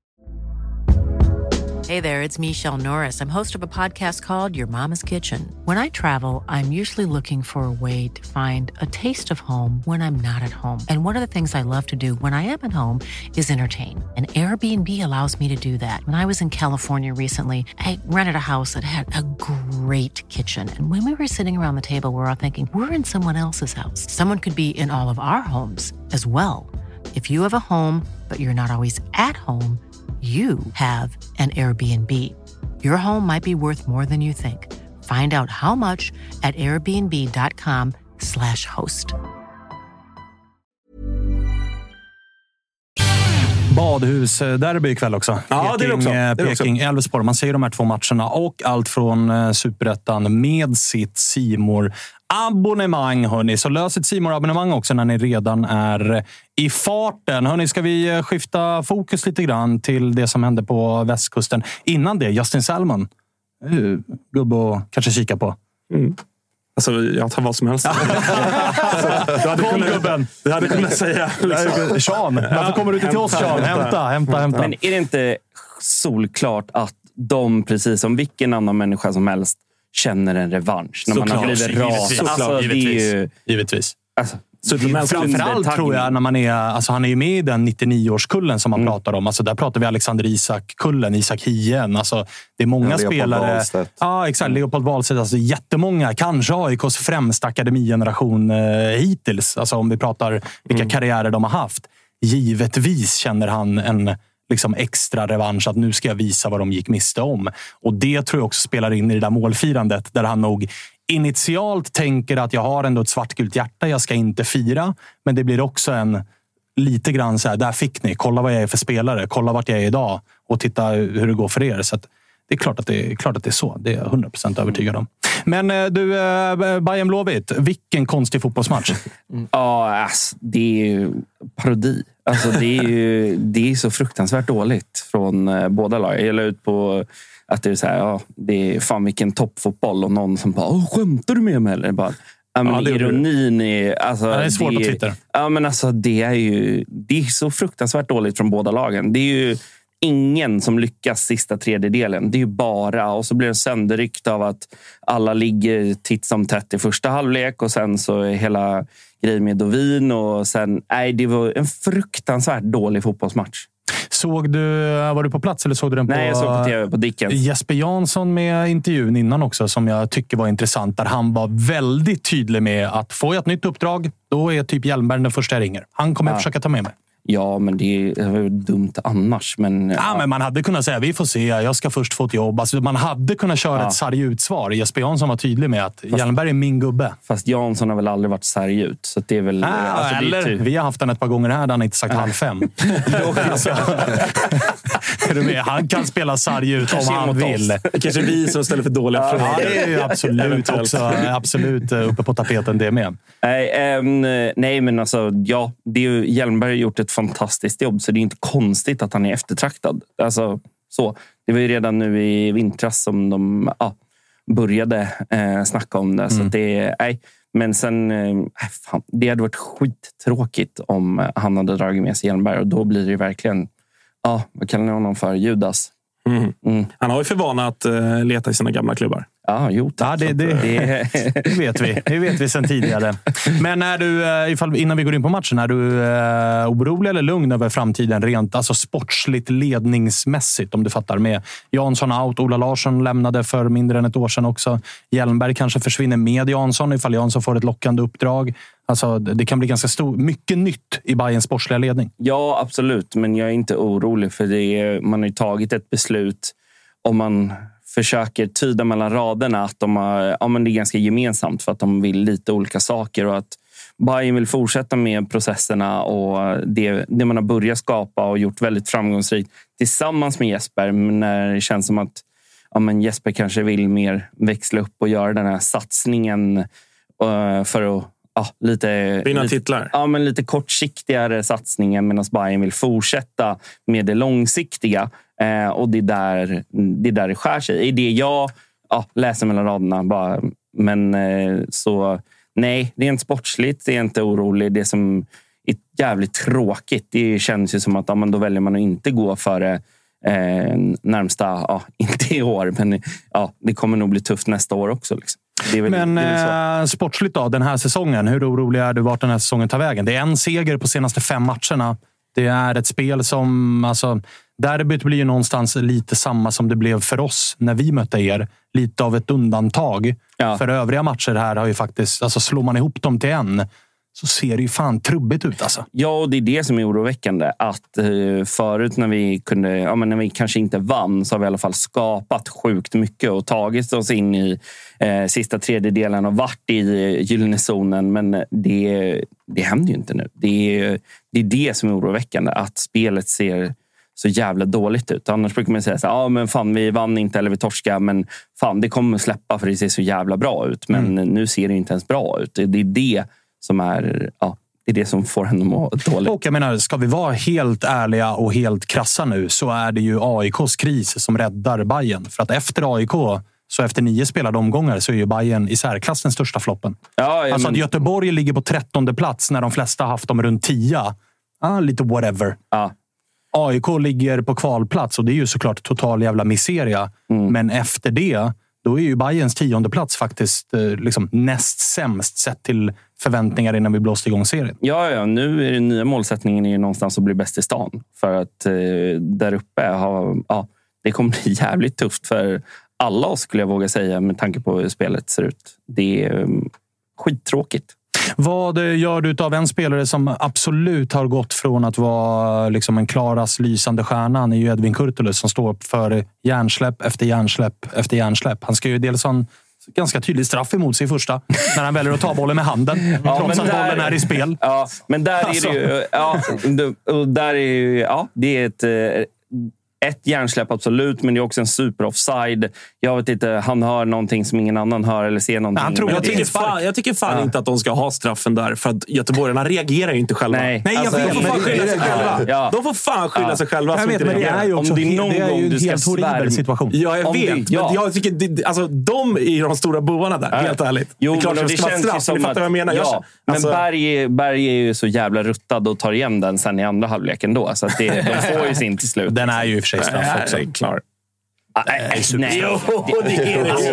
Hey there, it's Michelle Norris. I'm host of a podcast called Your Mama's Kitchen. When I travel, I'm usually looking for a way to find a taste of home when I'm not at home. And one of the things I love to do when I am at home is entertain. And Airbnb allows me to do that. When I was in California recently, I rented a house that had a great kitchen. And when we were sitting around the table, we were all thinking, we're in someone else's house. Someone could be in all of our homes as well. If you have a home, but you're not always at home, you have an Airbnb. Your home might be worth more than you think. Find out how much at airbnb dot com slash host. Badhus-derby ikväll också. Ja, det är det också. Det är det också. Peking, Elfsborg. Man ser de här två matcherna och allt från Superettan med sitt C More abonnemang, hörni. Så lös ett C More abonnemang också när ni redan är i farten. Hörni, ska vi skifta fokus lite grann till det som hände på västkusten. Innan det, Justin Salmon. Uh, gubbe och kanske kika på. Mm. Alltså, jag tar vad som helst. alltså, du hade Kom, kunnat, gubben. Du hade kunnat säga... Liksom. Sean, varför kommer du inte till oss, Sean? Hämta, hämta, hämta. Men är det inte solklart att de, precis som vilken annan människa som helst, känner en revansch när så man klart, har blivit ras? Alltså, givetvis. Det är ju, givetvis. Alltså, framförallt tror jag när man är, alltså han är ju med i den nittionio-årskullen som man mm. pratar om. Alltså där pratar vi Alexander Isak-kullen, Isak Hien. Alltså det är många ja, spelare. Wahlstedt. Ja, exakt. Leopold Wahlstedt. Alltså jättemånga. Kanske A I K:s främsta akademigeneration eh, hittills. Alltså om vi pratar vilka mm. karriärer de har haft. Givetvis känner han en liksom extra revansch att nu ska jag visa vad de gick miste om. Och det tror jag också spelar in i det där målfirandet där han nog initialt tänker att jag har ändå ett svartgult hjärta, jag ska inte fira. Men det blir också en lite grann så här, där fick ni, kolla vad jag är för spelare, kolla vart jag är idag och titta hur det går för er. Så att det är klart att det är, klart att det är så. Det är jag hundra procent övertygad om. Men du, Bayern Blåvitt, vilken konstig fotbollsmatch. Mm. Ja, alltså, det är ju parodi. Alltså, det är ju det är så fruktansvärt dåligt från eh, båda lag. Jag la ut på att det är så här, ja, det är fan vilken toppfotboll och någon som bara, åh, skämtar du med mig? Eller bara, ja, men ja, ironin är... Alltså, ja, det är svårt det, på Twitter. Ja, men alltså det är ju det är så fruktansvärt dåligt från båda lagen. Det är ju ingen som lyckas sista tredjedelen. Det är ju bara, och så blir det sönderryckt av att alla ligger titt som tätt i första halvlek och sen så är hela grejen med Dovin och sen, nej, det var en fruktansvärt dålig fotbollsmatch. Såg du, var du på plats eller såg du den på... Nej, jag såg på tv på Dickens. Jesper Jansson med intervjun innan också som jag tycker var intressant. Där han var väldigt tydlig med att får jag ett nytt uppdrag, då är typ Hjelmberg den första jag ringer. Han kommer ja. att försöka ta med mig. Ja, men det är dumt annars. Men, ja, ja. men man hade kunnat säga, vi får se, jag ska först få ett jobb. Alltså, man hade kunnat köra ja. ett sargutsvar. Jesper Jansson var tydlig med att Hjelmberg är min gubbe. Fast Jansson har väl aldrig varit sargut. Så det är väl... Ah, alltså, eller, det är typ... vi har haft den ett par gånger här där han inte sagt halv fem. alltså, är du med? Han kan spela sargut om han vill. Kanske vi som ställer för dåliga ja, frågor. Ja, det är ju absolut också absolut uppe på tapeten det med. Nej, um, nej men alltså, ja, det är ju, Hjelmberg har gjort ett fantastiskt jobb så det är inte konstigt att han är eftertraktad. Alltså, så. Det var ju redan nu i vintras som de ja, började eh, snacka om det. Mm. Så det, nej. Men sen, eh, fan, det hade varit skittråkigt om han hade dragit med sig Hjelmberg och då blir det ju verkligen, ja, vad kallar ni honom för? Judas. Mm. Mm. Han har ju för vana att uh, leta i sina gamla klubbar. Ja, jo, ja, det, det, det, det vet vi. Det vet vi sedan tidigare. Men är du, ifall, innan vi går in på matchen, är du uh, orolig eller lugn över framtiden rent alltså sportsligt ledningsmässigt, om du fattar, med Jansson out, Ola Larsson lämnade för mindre än ett år sedan också. Hjelmberg kanske försvinner med Jansson ifall Jansson får ett lockande uppdrag. Alltså, det kan bli ganska stor, mycket nytt i Bayerns sportsliga ledning. Ja, absolut. Men jag är inte orolig, för det är, man har ju tagit ett beslut om man försöker tyda mellan raderna att de har, ja, men det är ganska gemensamt för att de vill lite olika saker och att Bayern vill fortsätta med processerna och det, det man har börjat skapa och gjort väldigt framgångsrikt tillsammans med Jesper. Men när det känns som att ja, men Jesper kanske vill mer växla upp och göra den här satsningen uh, för att ja, lite, vinna lite, titlar. Ja, men lite kortsiktigare satsningen medan Bayern vill fortsätta med det långsiktiga. Eh, och det är, där, det är där det skär sig. I det jag ja, läser mellan raderna. Bara, men eh, så nej, det är inte sportsligt. Det är inte orolig. Det som är jävligt tråkigt. Det känns ju som att ja, men då väljer man att inte gå före eh, närmsta, ja, inte i år. Men ja, det kommer nog bli tufft nästa år också. Liksom. Det är väl, men det är eh, sportsligt då, den här säsongen. Hur orolig är du vart den här säsongen tar vägen? Det är en seger på senaste fem matcherna. Det är ett spel som, alltså, derbyt blir ju någonstans lite samma som det blev för oss när vi mötte er. Lite av ett undantag. Ja. För övriga matcher här har ju faktiskt, alltså slår man ihop dem till en så ser det ju fan trubbigt ut alltså. Ja, och det är det som är oroväckande. Att eh, förut när vi kunde, ja, men när vi kanske inte vann så har vi i alla fall skapat sjukt mycket och tagit oss in i eh, sista tredjedelen och varit i eh, gyllene zonen. Men det, det händer ju inte nu. Det är, det är det som är oroväckande. Att spelet ser så jävla dåligt ut. Annars brukar man säga så här, ja men fan vi vann inte eller vi torska, men fan det kommer släppa för det ser så jävla bra ut. Men mm. nu ser det inte ens bra ut. Det är det som är, ja, det är det som får henne att må dåligt. Och jag menar, ska vi vara helt ärliga och helt krassa nu så är det ju A I K:s kris som räddar Bayern. För att efter A I K, så efter nio spelade omgångar så är ju Bayern i särklass den största floppen. Ja, ja, alltså men... att Göteborg ligger på trettonde plats när de flesta haft dem runt tio. Ah, lite whatever. Ja. A I K ligger på kvalplats och det är ju såklart total jävla miseria. Mm. Men efter det, då är ju Bayerns tionde plats faktiskt eh, liksom näst sämst sett till förväntningar innan vi blåste igång serien. Ja, ja, nu är den nya målsättningen är någonstans att bli bäst i stan. För att eh, där uppe har, ja, det kommer bli jävligt tufft för alla oss skulle jag våga säga med tanke på hur spelet ser ut. Det är um, skittråkigt. Vad gör du av en spelare som absolut har gått från att vara liksom en klaras lysande stjärna är ju Edvin Kurtulus som står upp för hjärnsläpp efter hjärnsläpp efter hjärnsläpp. Han ska ju dels ha en ganska tydlig straff emot sig i första när han väljer att ta bollen med handen ja, trots att där, bollen är i spel. Ja, men där alltså. är det ju ja, och där är ju, ja, det är ett Ett hjärnsläpp absolut, men det är också en super offside. Jag vet inte, han hör någonting som ingen annan hör eller ser någonting. Han tror, jag, tycker fan, jag tycker fan ja. inte att de ska ha straffen där, för att göteborgarna reagerar ju inte själva. Nej, Nej alltså, de får fan skylla sig själva. Ja. De får fan skylla ja. sig själva. Jag vet, men det är ju också om det är någon det är gång ju du ska helt horribel situation. Ja, jag om vet. Det, ja. Men jag tycker, det, alltså, de är de stora bovarna där, ja. helt ärligt. Jo, det är klart men det, det ska känns vara straff. som att, vad jag menar. Ja, jag, alltså, men Berg, Berg är ju så jävla ruttad och tar igen den sen i andra halvleken då. Så att det, de får ju sin till slut. Den är ju i och för sig straff också. Klar. Nej, nej. Det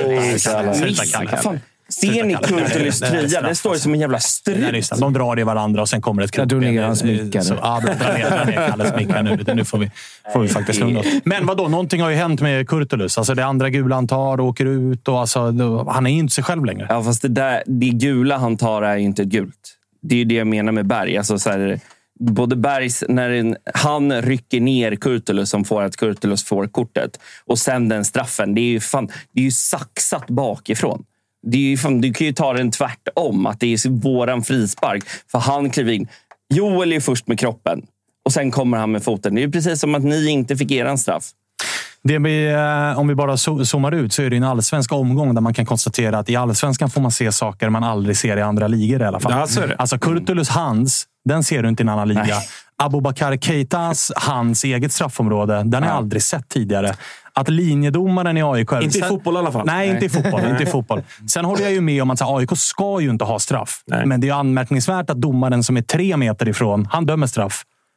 är det. Ser ni Kurtulus trea? Det står som en jävla strut. De drar i varandra och sen kommer ett kropp. Jag drog ner hans mickar. Ja, dra ner Kalles mickar nu. Nu får vi, får vi faktiskt lugna oss. Men vadå? Någonting har ju hänt med Kurtulus. Alltså det andra gula han tar och åker ut. Och alltså, han är ju inte sig själv längre. Ja, fast det, där, det gula han tar är ju inte gult. Det är ju det jag menar med Berg. Alltså så här... Både Bergs, när en, han rycker ner Kurtulus som får att Kurtulus får kortet och sen den straffen, det är ju fan, det är ju saxat bakifrån. Det är ju fan, du kan ju ta den tvärtom, att det är våran frispark, för han kliver in. Joel är först med kroppen och sen kommer han med foten. Det är ju precis som att ni inte fick er en straff. Det vi, om vi bara zoomar ut så är det en allsvensk omgång där man kan konstatera att i allsvenskan får man se saker man aldrig ser i andra ligor i alla fall. Ja, så är det. Alltså Kurtulus hands, den ser du inte i en annan liga. Nej. Abubakar Keitas, hans eget straffområde, den har jag aldrig sett tidigare. Att linjedomaren i A I K... Inte i sen, fotboll i alla fall. Nej, nej. inte i fotboll. inte i fotboll. Sen håller jag ju med om att A I K ska ju inte ha straff. Nej. Men det är anmärkningsvärt att domaren som är tre meter ifrån, han dömer straff.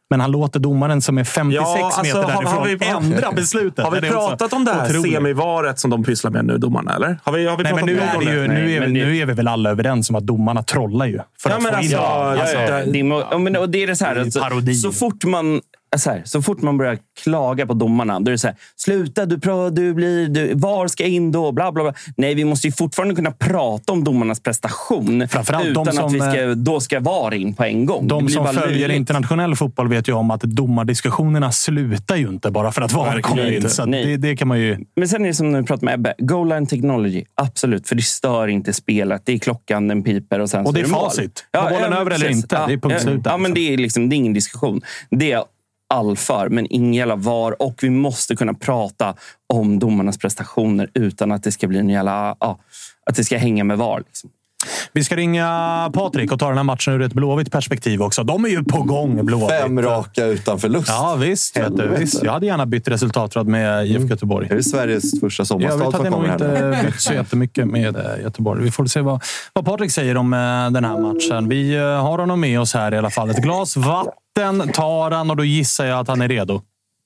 Men han låter domaren som är femtiosex ja, alltså, meter därifrån har, har vi, ändra beslutet. Har vi det pratat om det här otroligt. semivaret som de pysslar med nu, domarna? Eller? Har vi, har vi Nej, men nu, är det ju, nu, är, nu är vi väl alla överens om att domarna trollar ju. För ja, att men få alltså, in ja, alltså, ja, ja. Det, må, men, och det är det så här, det är alltså, parodi. så fort man så, här, så fort man börjar klaga på domarna, då är det så här, sluta, du, pra, du blir, du, var ska in då, bla bla bla. Nej, vi måste ju fortfarande kunna prata om domarnas prestation framförallt utan de som, att vi ska, då ska vara in på en gång. De som följer löjligt. internationell fotboll vet ju om att domardiskussionerna slutar ju inte bara för att vara kommer in. Så det, det kan man ju... Men sen är det som när vi pratar med Ebbe, goal line technology, absolut, för det stör inte spelet. Det är klockan, den piper och sen och det är så är det facit. Ja, Var bollen ja, över precis. eller inte? Ja, det är punktslut. Ja, ja, men det är, liksom, det är ingen diskussion. Det är all för, men ingen jävla var. Och vi måste kunna prata om domarnas prestationer utan att det ska bli en jävla... Ja, att det ska hänga med var. Liksom. Vi ska ringa Patrik och ta den här matchen ur ett Blåvitt perspektiv också. De är ju på gång, Blåvitt. Fem raka utan förlust. Ja, visst. Vet du, visst. Jag hade gärna bytt resultatrad med I F K Göteborg. Det är Sveriges första sommarstad. Jag vet att det nog inte bytt så jättemycket med Göteborg. Vi får se vad, vad Patrik säger om den här matchen. Vi har honom med oss här i alla fall. Ett glas vatten tar han och då gissar jag att han är redo.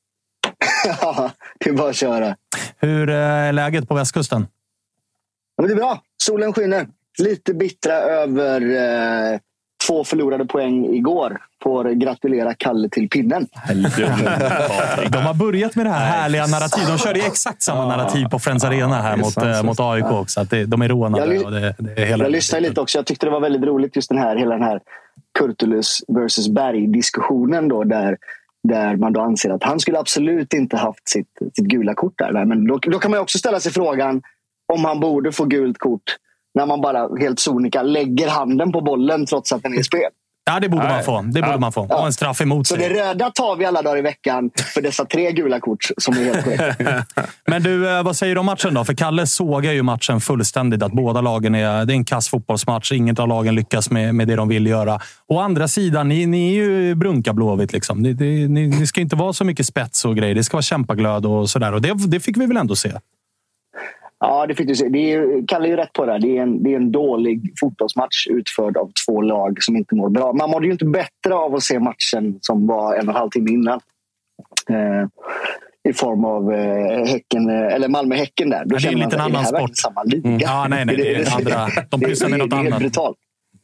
Ja, det är bara att köra. Hur är läget på västkusten? Ja, men det är bra. Solen skiner. Lite bittra över eh, två förlorade poäng igår. Får gratulera Kalle till pinnen. De har börjat med det här härliga narrativ. De körde exakt samma narrativ på Friends Arena här mot, äh, mot A I K också. Att det, de är rånade. Jag, och det, det är hela jag lyssnade lite också. Jag tyckte det var väldigt roligt just den här, hela den här Kurtulus versus Berg-diskussionen då, där, där man då anser att han skulle absolut inte haft sitt, sitt gula kort där. Men då, då kan man också ställa sig frågan om han borde få gult kort när man bara helt sonika lägger handen på bollen trots att den är i spel. Ja, det borde Nej. man få. Det borde Ja. man få. Ja. Och en straff emot Så sig. det röda tar vi alla dagar i veckan för dessa tre gula kort som är helt korrekt. Men du, vad säger du om matchen då? För Kalle sågar ju matchen fullständigt. Att båda lagen är, det är en kass fotbollsmatch. Inget av lagen lyckas med, med det de vill göra. Å andra sidan, ni, ni är ju brunka Blåvitt. Liksom. Det, det, ni, det ska inte vara så mycket spets och grejer. Det ska vara kämpaglöd och sådär. Och det, det fick vi väl ändå se. Ja, det fick du se. Det är, Kalle är ju rätt på det. Det är, en, det är en dålig fotbollsmatch utförd av två lag som inte mår bra. Man mådde ju inte bättre av att se matchen som var en och en halv timme innan. Eh, I form av eh, häcken, eller Malmö-Häcken där. Då det är en liten annan sport. Samma liga. Mm. Ja, nej, nej. Det är andra. De pysslar med något det, det, det är annat. brutalt.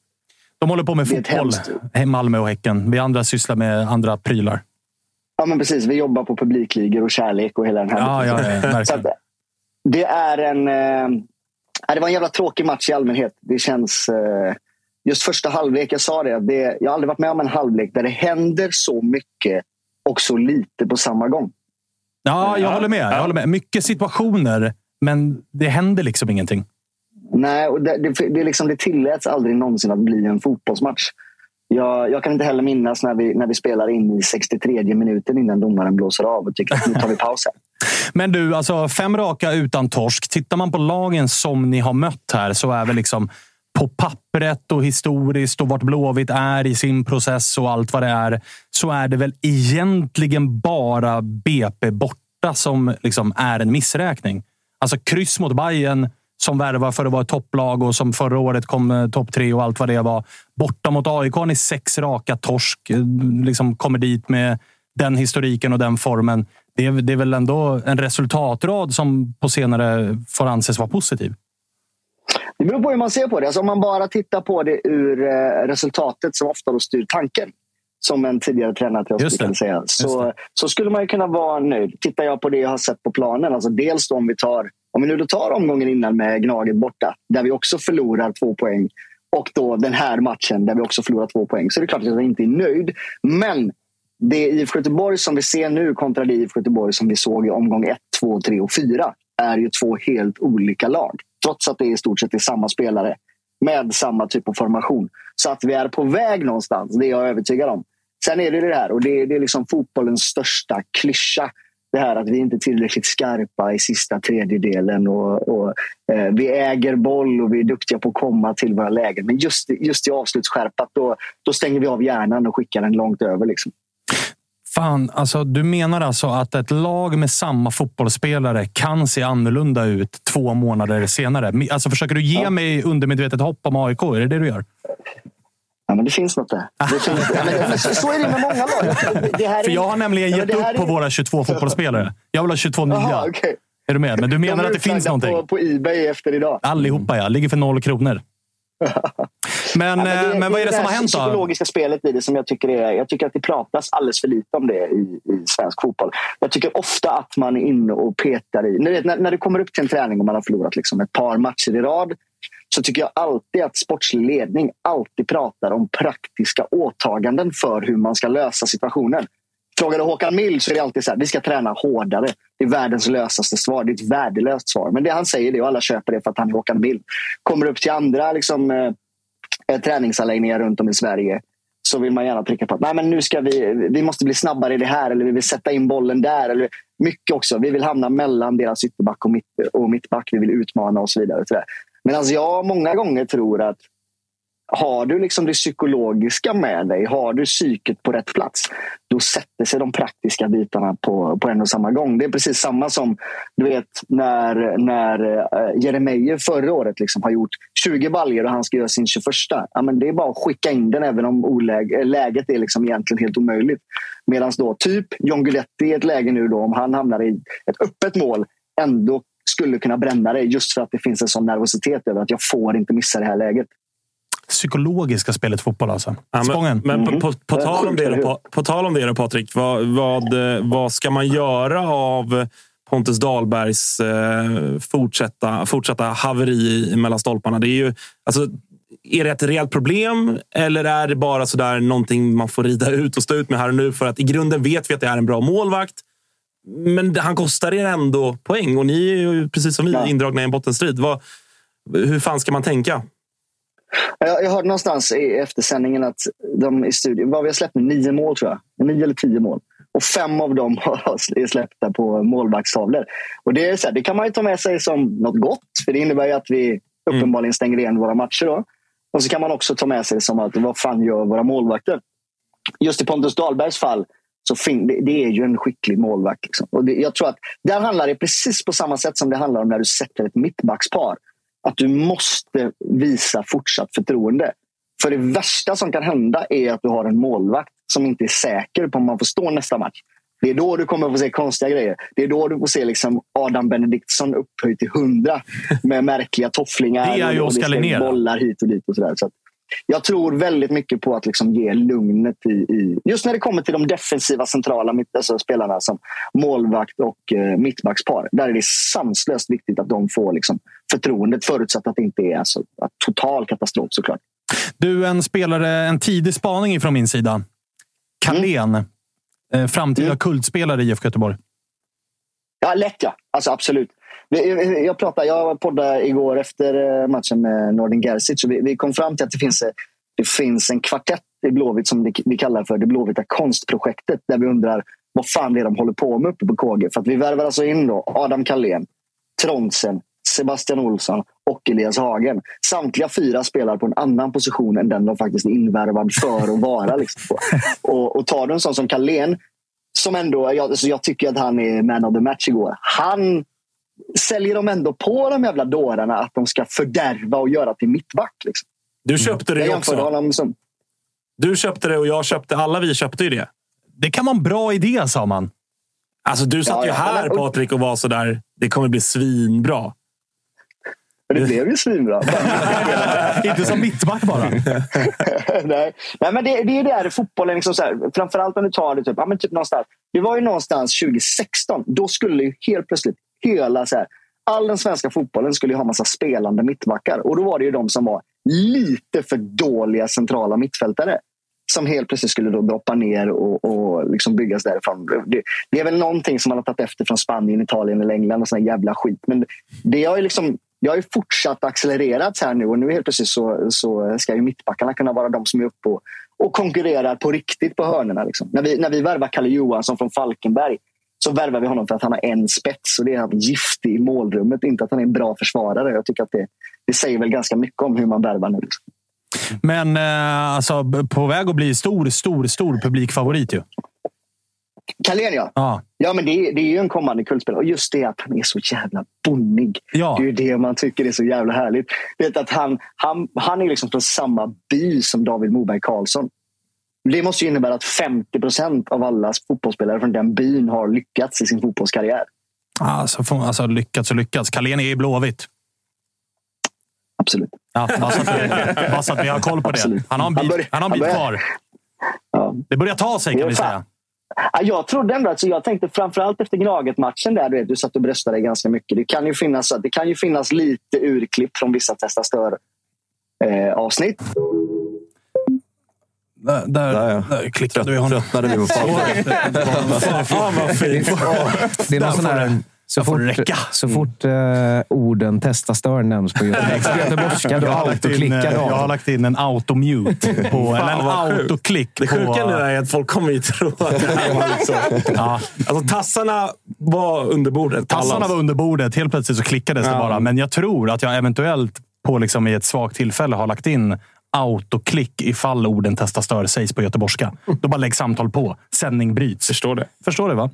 De håller på med fotboll. Malmö och Häcken. Vi andra sysslar med andra prylar. Ja, men precis. Vi jobbar på publikligor och kärlek och hela den här. Ja, ja, ja, verkligen. Så att, det är en... Eh, det var en jävla tråkig match i allmänhet. Det känns... Eh, just första halvlek, jag sa det, det. Jag har aldrig varit med om en halvlek där det händer så mycket och så lite på samma gång. Ja, jag håller med. Jag håller med. Mycket situationer, men det händer liksom ingenting. Nej, och det, det, det, liksom, det tilläts aldrig någonsin att bli en fotbollsmatch. Jag, jag kan inte heller minnas när vi, när vi spelar in i sextiotredje minuten innan domaren blåser av och tycker att nu tar vi paus här. Men du, alltså fem raka utan torsk. Tittar man på lagen som ni har mött här så är väl liksom på pappret och historiskt och vart Blåvitt är i sin process och allt vad det är, så är det väl egentligen bara B P borta som liksom är en missräkning. Alltså kryss mot Bayern som värvar för att vara ett topplag och som förra året kom topp tre och allt vad det var. Borta mot A I K i sex raka torsk. Liksom kommer dit med den historiken och den formen. Det är, det är väl ändå en resultatrad som på senare får anses vara positiv. Det beror på hur man ser på det. Alltså om man bara tittar på det ur eh, resultatet som ofta då styr tanken. Som en tidigare tränare till oss kan säga. Så, så skulle man ju kunna vara nöjd. Tittar jag på det jag har sett på planen. Alltså dels då om vi tar, om vi nu då tar omgången innan med Gnaget borta. Där vi också förlorar två poäng. Och då den här matchen där vi också förlorar två poäng. Så det är klart att jag inte är nöjd. Men det I F K Göteborg som vi ser nu kontra det I F K Göteborg som vi såg i omgång ett, två, tre och fyra är ju två helt olika lag. Trots att det är i stort sett är samma spelare med samma typ av formation. Så att vi är på väg någonstans, det är jag övertygad om. Sen är det det här, och det är, det är liksom fotbollens största klyscha. Det här att vi inte är tillräckligt skarpa i sista tredjedelen och, och eh, vi äger boll och vi är duktiga på att komma till våra lägen. Men just, just i avslutsskärpat då, då stänger vi av hjärnan och skickar den långt över liksom. Fan, alltså du menar alltså att ett lag med samma fotbollsspelare kan se annorlunda ut två månader senare? Alltså försöker du ge ja. mig undermedvetet hopp om A I K? Är det det du gör? Ja, men det finns något där. Det finns, ja, men, så, så är det med många lag. Det här är, För jag har nämligen gett ja, upp på är... våra tjugotvå fotbollsspelare. Jag vill ha tjugotvå nya. Aha, okay. Är du med? Men du menar att det finns någonting? På, på eBay efter idag. Allihopa, ja. Ligger för noll kronor. Men, ja, men, det, men vad är det, det som har hänt då? Det psykologiska spelet i det som jag tycker är... Jag tycker att det pratas alldeles för lite om det i, i svensk fotboll. Jag tycker ofta att man är inne och petar i... När, när, när det kommer upp till en träning och man har förlorat liksom ett par matcher i rad, så tycker jag alltid att sportslig ledning alltid pratar om praktiska åtaganden för hur man ska lösa situationen. Frågar du Håkan Mild så är det alltid så här: vi ska träna hårdare. Det är världens lösaste svar. Det är ett värdelöst svar. Men det han säger det, och alla köper det för att han är Håkan Mild. Kommer upp till andra liksom, eh, träningsanläggningar runt om i Sverige, så vill man gärna trycka på att nej, men nu ska vi, vi måste bli snabbare i det här, eller vi vill sätta in bollen där, eller mycket också. Vi vill hamna mellan deras ytterback och, mitt, och mittback. Vi vill utmana och så vidare. Och så men alltså jag många gånger tror att har du liksom det psykologiska med dig, har du psyket på rätt plats, då sätter sig de praktiska bitarna på, på en och samma gång. Det är precis samma som du vet när, när uh, Jeremejeff förra året liksom har gjort tjugo baljer och han ska göra sin tjugoförsta. Ja, men det är bara att skicka in den även om oläge, läget är liksom egentligen helt omöjligt. Medan då typ John Guidetti i ett läge nu då, om han hamnar i ett öppet mål, ändå skulle kunna bränna det just för att det finns en sån nervositet över att jag får inte missa det här läget. Psykologiska spelet fotboll alltså. Ja, men men på, på, på, tal om det, på, på tal om det då, Patrik, vad, vad, vad ska man göra av Pontus Dahlbergs eh, fortsätta, fortsätta haveri mellan stolparna? Det är ju, alltså, är det ett reellt problem eller är det bara så där någonting man får rida ut och stå ut med här och nu, för att i grunden vet vi att det är en bra målvakt, men han kostar er ändå poäng och ni är ju precis som vi ja. indragna i en bottenstrid. Vad, hur fan ska man tänka? Jag, jag hörde någonstans i eftersändningen att de i studion, vad vi har släppt nio mål tror jag. Nio eller tio mål. Och fem av dem är släppta på målvaktstavlor. Och det är så här, det kan man ju ta med sig som något gott. För det innebär ju att vi uppenbarligen stänger igen våra matcher då. Och så kan man också ta med sig det som att vad fan gör våra målvakter? Just i Pontus Dahlbergs fall så fin- det, det är ju en skicklig målvakt. Liksom. Och det, jag tror att där handlar det precis på samma sätt som det handlar om när du sätter ett mittbackspar. Att du måste visa fortsatt förtroende. För det värsta som kan hända är att du har en målvakt som inte är säker på om man får stå nästa match. Det är då du kommer att få se konstiga grejer. Det är då du får se liksom Adam Benediktsson upphöjt till hundra med märkliga tofflingar. Det är ju Oskar Linnér. Bollar hit och dit och sådär. Så att jag tror väldigt mycket på att liksom ge lugnet i, i... Just när det kommer till de defensiva centrala mitt, alltså spelarna som målvakt och eh, mittbackspar. Där är det sanslöst viktigt att de får liksom förtroendet, förutsatt att det inte är alltså, total katastrof såklart. Du, en spelare, en tidig spaning från min sida. Carlén, mm. eh, framtida mm. kultspelare i I F K Göteborg. Ja, lätt ja. Alltså absolut. Jag pratade, jag poddade igår efter matchen med Nordin Gerzic, och vi, vi kom fram till att det finns, det finns en kvartett i Blåvitt som det, vi kallar för det Blåvita konstprojektet, där vi undrar vad fan det är de håller på med uppe på K G. För att vi värvar alltså in då Adam Carlén, Trondsen, Sebastian Olsson och Elias Hagen. Samtliga fyra spelar på en annan position än den de faktiskt är invärvad för att vara. Liksom på. Och, och tar du en sån som Carlén, som ändå, jag, alltså jag tycker att han är man of the match igår. Han säljer de ändå på de jävla dårarna att de ska fördärva och göra till mittback. Liksom. Du köpte det också. Som... Du köpte det och jag köpte. Alla vi köpte ju det. Det kan vara en bra idé, sa man. Alltså du satt ja, ju här, ja, Patrik, och var så där. Det kommer bli svinbra. Det blev ju svinbra. Inte som mittback bara. Nej. Nej, men det, det är där fotbollen liksom så här, framförallt om du tar det typ, ja, men typ någonstans. Det var ju någonstans tjugo sexton. Då skulle ju helt plötsligt hela så här, all den svenska fotbollen skulle ju ha massa spelande mittbackar. Och då var det ju de som var lite för dåliga centrala mittfältare som helt plötsligt skulle då droppa ner och, och liksom byggas därifrån. Det, det är väl någonting som man har tagit efter från Spanien, Italien eller England och sån jävla skit. Men det har ju liksom, jag har ju fortsatt accelererat här nu, och nu helt plötsligt så, så ska ju mittbackarna kunna vara de som är uppe och, och konkurrerar på riktigt på hörnerna. Liksom. När vi, när vi värvar Kalle Johansson från Falkenberg, så värvar vi honom för att han har en spets, och det är att han är giftig i målrummet, inte att han är en bra försvarare. Jag tycker att det, det säger väl ganska mycket om hur man värvar nu. Liksom. Men eh, alltså, på väg att bli stor, stor, stor publikfavorit ju. Carlén, ja. Ja, ja men det är, det är ju en kommande kultspelare. Och just det att han är så jävla bonnig. Ja. Det är ju det man tycker är så jävla härligt. Vet att han, han, han är liksom från samma by som David Moberg Karlsson. Det måste ju innebära att femtio procent av alla fotbollsspelare från den byn har lyckats i sin fotbollskarriär. Alltså, alltså lyckats och lyckats. Carlén är i Blåvitt. Absolut. Ja, bara, så att vi, bara så att vi har koll på det. Absolut. Han har en bit, Han börjar- han har en bit han börjar- kvar. Ja. Det börjar ta sig, kan vi säga. Ja, jag trodde ändå, alltså jag tänkte framförallt efter Gnaget-matchen där, du vet, du satt och bröstade dig ganska mycket. Det kan ju finnas, det kan ju finnas lite urklipp från vissa Testastör eh, avsnitt. Där, där, Där, ja. där klickade vi honom. Tröttnade vi på Patrik. Fan vad fint. Det är någon sån här... Så fort, så fort uh, orden testastör nämns på göteborgska, då Jag har lagt in, autoklickar jag har lagt in en automute på, eller en autoklick Det på... sjuka nu är att folk kommer ju tro att det här var liksom... Ja. Alltså tassarna var under bordet. Tassarna var under bordet. Helt plötsligt så klickades det Ja. bara. Men jag tror att jag eventuellt på liksom i ett svagt tillfälle har lagt in autoklick ifall orden testastör sägs på göteborgska. Då bara lägg samtal på. Sändning bryts. Förstår det. Förstår det, va?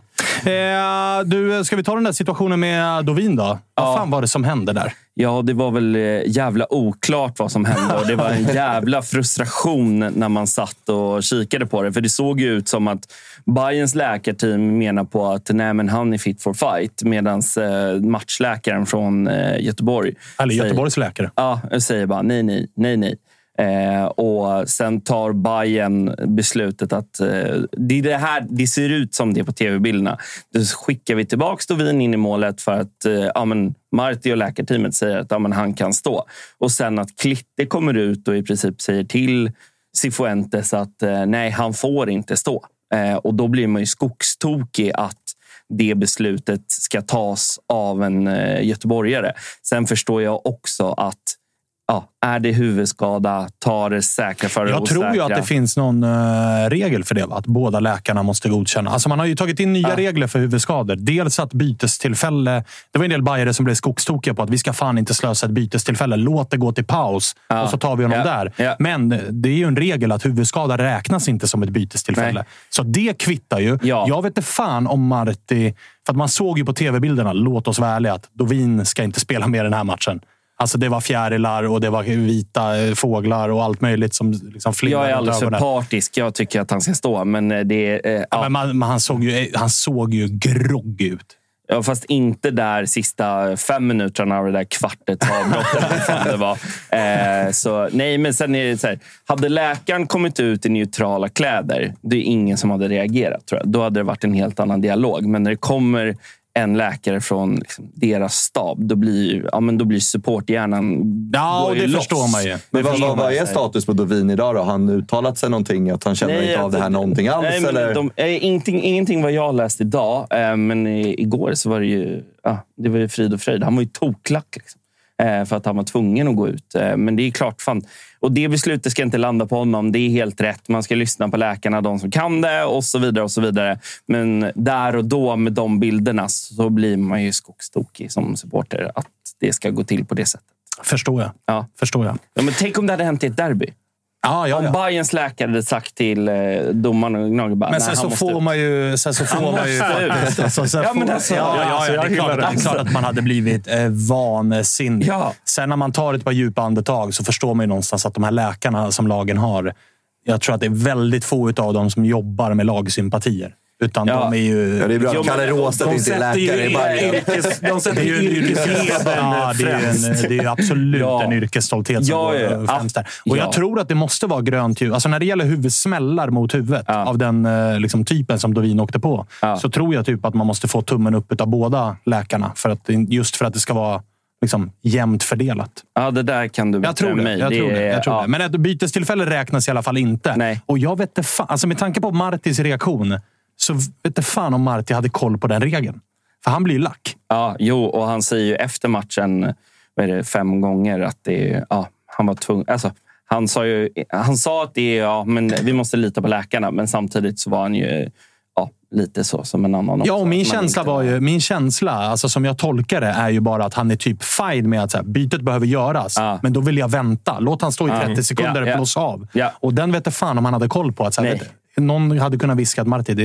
Eh, du, ska vi ta den där situationen med Dovin då? Vad fan var det som hände där? Ja, det var väl jävla oklart vad som hände. Och det var en jävla frustration när man satt och kikade på det. För det såg ju ut som att Bayerns läkarteam menar på att nej, men han är fit for fight. Medan matchläkaren från Göteborg... Eller säger, Göteborgs läkare. Ja, säger bara nej, nej, nej, nej. Eh, och sen tar Bayern beslutet att eh, det, är det, här, det ser ut som det på tv-bilderna. Då skickar vi tillbaka Dovin in i målet för att eh, ja, men Marti och läkarteamet säger att ja, men han kan stå. Och sen att Klitte kommer ut och i princip säger till Cifuentes att eh, nej, han får inte stå. Eh, och då blir man ju skogstokig att det beslutet ska tas av en eh, göteborgare. Sen förstår jag också att ja, är det huvudskada, tar det säkra för det Jag osäkra. tror ju att det finns någon uh, regel för det, va? Att båda läkarna måste godkänna. Alltså man har ju tagit in nya ja. regler för huvudskador. Dels att bytestillfälle... Det var en del bajare som blev skogstokiga på att vi ska fan inte slösa ett bytestillfälle. Låt det gå till paus ja. och så tar vi honom ja. där. Ja. Men det är ju en regel att huvudskada räknas inte som ett bytestillfälle. Nej. Så det kvittar ju. Ja. Jag vet inte fan om Marti... För att man såg ju på tv-bilderna, låt oss vara ärliga, att Dovin ska inte spela mer den här matchen. Alltså det var fjärilar och det var vita fåglar och allt möjligt som liksom flimrade. Jag är alldeles för partisk. Jag tycker att han ska stå, men det eh, ja, ja. Men, man, men han såg ju han såg ju grogg ut. Ja, fast inte där sista fem minuterna av det där kvartet avbrottet. det var. Eh, så nej, men sen är det så här, hade läkaren kommit ut i neutrala kläder, det är ingen som hade reagerat, tror jag. Då hade det varit en helt annan dialog. Men när det kommer en läkare från liksom, deras stab, då blir, ja, men då blir supporthjärnan... Ja, och det loss. Förstår man ju. Men vad, vad, vad är status på Dovin idag då? Har han uttalat sig någonting? Att han känner nej, inte av det här någonting alls? Nej, eller? De, äh, ingenting, ingenting vad jag läst idag. Äh, men i, igår så var det ju... Ja, det var ju frid och fröjd. Han var ju toklack liksom. Äh, för att han var tvungen att gå ut. Äh, men det är klart, fan... Och det beslutet ska inte landa på honom. Det är helt rätt. Man ska lyssna på läkarna, de som kan det och så vidare och så vidare. Men där och då med de bilderna så blir man ju skogstokig som supporter att det ska gå till på det sättet. Förstår jag. Ja. Förstår jag. Ja, men tänk om det hade hänt i ett derby. Ja, ja, ja. Om Bayerns läkare hade sagt till eh, domaren och Gnaget bara, men sen så, får man ju, sen så får man ju faktiskt... Alltså, sen ja, men alltså, ja, ja, ja, det, är klart, det är klart att man hade blivit eh, vansinnig. Ja. Sen när man tar ett par djupa andetag så förstår man ju någonstans att de här läkarna som lagen har, jag tror att det är väldigt få av dem som jobbar med lagsympatier. Utan ja. de är ju... Ja, det är bra. Kalle Råstedt inte är läkare i Bayern. De sätter ju yrkesheden ja, det, är en, det är ju absolut ja. en yrkesstolthet som ja, ja. går främst där. Och ja. jag tror att det måste vara grönt ljus. Alltså när det gäller huvudsmällar mot huvudet ja. av den liksom, typen som Dovin åkte på, ja. så tror jag typ att man måste få tummen upp av båda läkarna. För att, just för att det ska vara liksom, jämnt fördelat. Ja, det där kan du jag tror det. mig. Jag det tror det. Jag tror ja. det. Men ett bytestillfälle räknas i alla fall inte. Nej. Och jag vet inte fan, alltså med tanke på Martis reaktion så vet inte fan om Marti hade koll på den regeln. För han blir lack. Ja, jo, och han säger ju efter matchen vad är det, fem gånger att det ja, han var tvungen. Alltså, han sa ju han sa att det är ja, men vi måste lita på läkarna, men samtidigt så var han ju ja, lite så som en annan också. Ja, och min känsla var ju min känsla, alltså som jag tolkar det, är ju bara att han är typ fine med att så här, bytet behöver göras, ja. men då vill jag vänta. Låt han stå i trettio sekunder och ja, ja. blåsa av. Ja. Och den vet jag fan om han hade koll på att så här, vet, någon hade kunnat viska att Marti det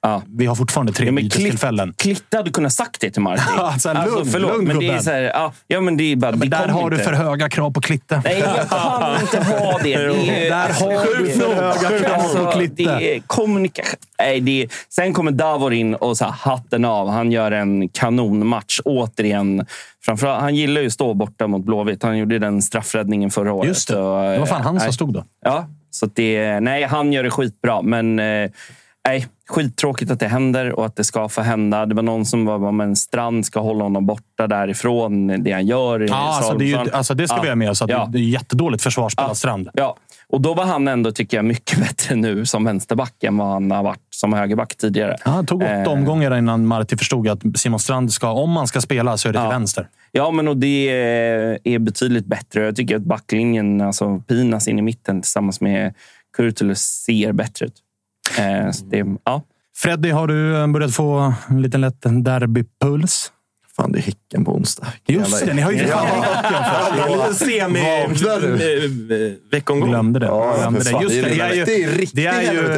Ja. Vi har fortfarande tre ja, bytestillfällen. Klitta hade kunnat sagt det till Martin. alltså, alltså, lugn, förlåt, lugn, men det är så här, ja, ja, men det är bara, ja, men det där har inte. du för höga krav på Klitte. Nej, jag kan inte ha det. det är, där har du för höga krav alltså, på Klitte. Det är kommunikation. Nej, det är, sen kommer Davor in och så här, hatten av. Han gör en kanonmatch återigen. Framförallt, han gillar ju att stå borta mot Blåvitt. Han gjorde den straffräddningen förra året. Just det. Så, det var fan han som stod då. Ja, så det, nej, han gör det skitbra. Men eh, nej, skittråkigt att det händer och att det ska få hända. Det var någon som var med en Strand ska hålla honom borta därifrån. Det han gör. Ja, alltså det, är ju, alltså det ska ja. vi ha med oss. Att ja. Det är jättedåligt försvarsspel av Strand. Ja, och då var han ändå, tycker jag, mycket bättre nu som vänsterback än vad han har varit som högerback tidigare. Ja, han tog åtta eh. omgångar innan Marti förstod att Simon Strand ska, om man ska spela så är det till ja. vänster. Ja, men och det är betydligt bättre. Jag tycker att backlinjen, alltså Pinas in i mitten tillsammans med Kurtulus ser bättre ut. Eh, så det, ja. Freddy, har du börjat få en liten lätt derbypuls? Fan, det är Häcken på onsdag. Just det, ni har ju ja. Lite semi-veckomgång. Glömde det. Ja, Glömde det. Just det, det är ju, det är riktigt det är ju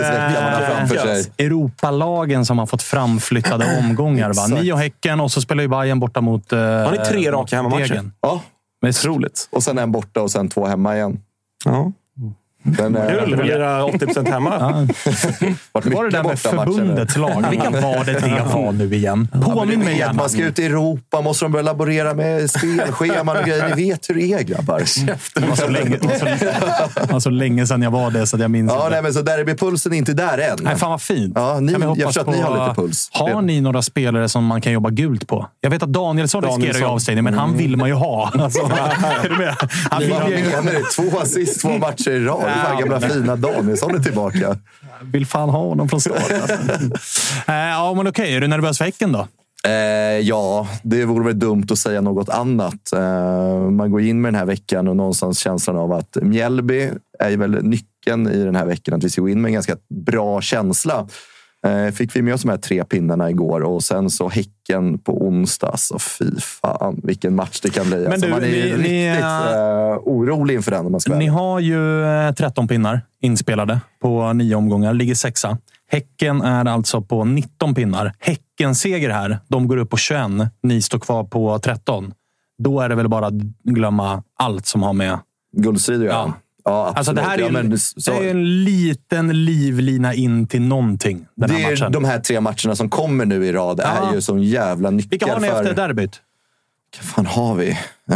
äh, Europalagen som har fått framflyttade omgångar. Va? Ni och Häcken, och så spelar ju Bayern borta mot äh, har ni tre raka hemmamatcher? Ja. Mest roligt. Och sen en borta och sen två hemma igen. Ja. Den, Kul, det blir åttio procent hemma. Ja. Var det där med förbundets lag? Vilka var det det var nu igen? Påminn mig gärna. Man ska ut i Europa, måste de börja laborera med spelscheman och grejer. Ni vet hur det är, grabbar. Det var så länge, det var så, det var så länge sedan jag var det, så jag minns ja, inte. Nej, men så derbypulsen är inte där än. Nej, fan vad fint. Ja, ni, jag förstår att ni har lite puls. Har ni några spelare som man kan jobba gult på? Jag vet att Danielsson, Danielsson. riskerar ju avstängning, men han vill man ju ha. Alltså, är du med? Han vill ju... Två assist, två matcher i rad. Ja, gamla fina Danielsson är tillbaka. Jag vill fan ha honom från start. Alltså. äh, ja, men okej. Är du nervös för Häcken då? Eh, ja, det vore väl dumt att säga något annat. Eh, man går in med den här veckan och någonstans känslan av att Mjällby är väl nyckeln i den här veckan. Att vi ska gå in med en ganska bra känsla. Eh, fick vi med oss de här tre pinnarna igår och sen så Häcken på onsdag. Så fy fan, vilken match det kan bli. Men alltså, du, man är ni, riktigt ni, uh, orolig inför den. Om man ska ni har ju tretton pinnar inspelade på nio omgångar. Ligger sexa. Häcken är alltså på nitton pinnar. Häcken seger här. De går upp på tjugoett. Ni står kvar på tretton. Då är det väl bara att glömma allt som har med guldstrid att göra. Ja. Ja, alltså det här är, ja, men, så... det är en liten livlina in till någonting. Den här det är matchen. De här tre matcherna som kommer nu i rad ja. är ju som jävla nyckel. Vilka har ni för... efter derbyt? Vad fan har vi?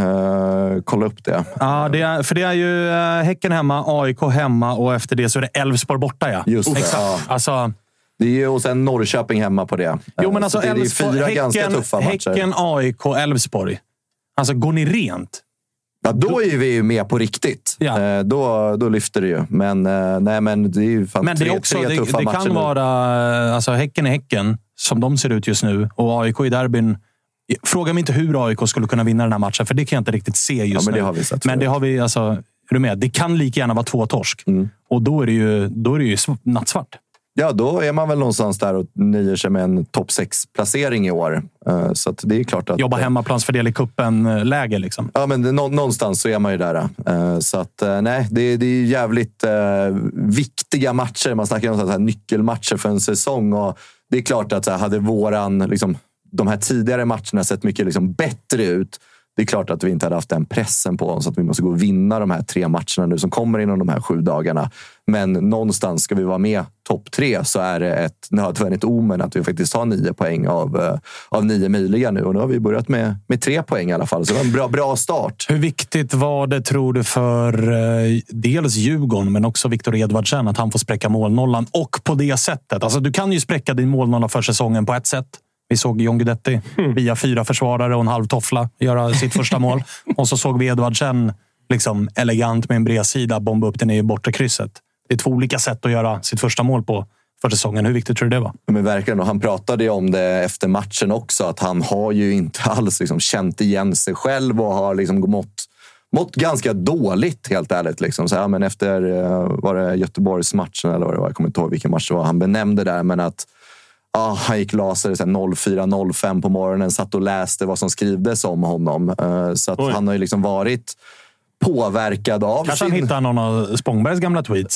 Uh, kolla upp det. Ja, det är, för det är ju uh, Häcken hemma, A I K hemma och efter det så är det Elfsborg borta. Ja. Just det. Exakt. Ja. Alltså... Det är ju och sen Norrköping hemma på det. Jo, men alltså det, Elfsborg, det är fyra Häcken, ganska tuffa matcher. Häcken, A I K, Elfsborg. Alltså, går ni rent? Ja, då är vi ju med på riktigt. Ja. Eh, då, då lyfter det ju. Men, eh, nej, men det är ju fan men det är tre, också, tre det, tuffa det matcher. Det kan vara... Alltså, Häcken är Häcken, som de ser ut just nu. Och A I K i derbyn... Fråga mig inte hur A I K skulle kunna vinna den här matchen, för det kan jag inte riktigt se just ja, men nu. Det har vi sett men det har vi... Alltså, är du med? Det kan lika gärna vara två torsk. Mm. Och då är det ju, då är det ju nattsvart. Ja, då är man väl någonstans där och nöjer sig med en topp sex-placering i år. Uh, så att det är klart att... Jobba hemmaplansfördel i kuppen-läge liksom. Ja, men nå- någonstans så är man ju där. Uh, så att, uh, nej, det, det är jävligt uh, viktiga matcher. Man snackar om så här nyckelmatcher för en säsong. Och det är klart att så här, hade våran, liksom, de här tidigare matcherna sett mycket liksom, bättre ut. Det är klart att vi inte hade haft den pressen på oss att vi måste gå och vinna de här tre matcherna nu som kommer inom de här sju dagarna. Men någonstans ska vi vara med topp tre så är det ett nödvändigt omen att vi faktiskt har nio poäng av, av nio möjliga nu. Och nu har vi börjat med, med tre poäng i alla fall. Så det var en bra, bra start. Hur viktigt var det, tror du, för eh, dels Djurgården men också Viktor Edvardsen att han får spräcka målnollan? Och på det sättet. Alltså, du kan ju spräcka din målnolla för säsongen på ett sätt. Vi såg John Guidetti mm. via fyra försvarare och en halv toffla göra sitt första mål. Och så såg vi Edvardsen liksom elegant med en bredsida bomba upp den i bortre krysset. Det är två olika sätt att göra sitt första mål på för säsongen. Hur viktigt tror du det var? Men verkligen, och han pratade ju om det efter matchen också. Att han har ju inte alls liksom känt igen sig själv och har liksom mått, mått ganska dåligt, helt ärligt. Liksom. Så, ja, men efter var det Göteborgsmatchen eller vad det var, jag kommer inte ihåg vilken match det var han benämnde där, men att ah, han gick laser noll fyra noll fem på morgonen, satt och läste vad som skrivdes om honom. Uh, så att han har ju liksom varit påverkad av Kanske sin... han hittar någon av Spångbergs gamla tweets.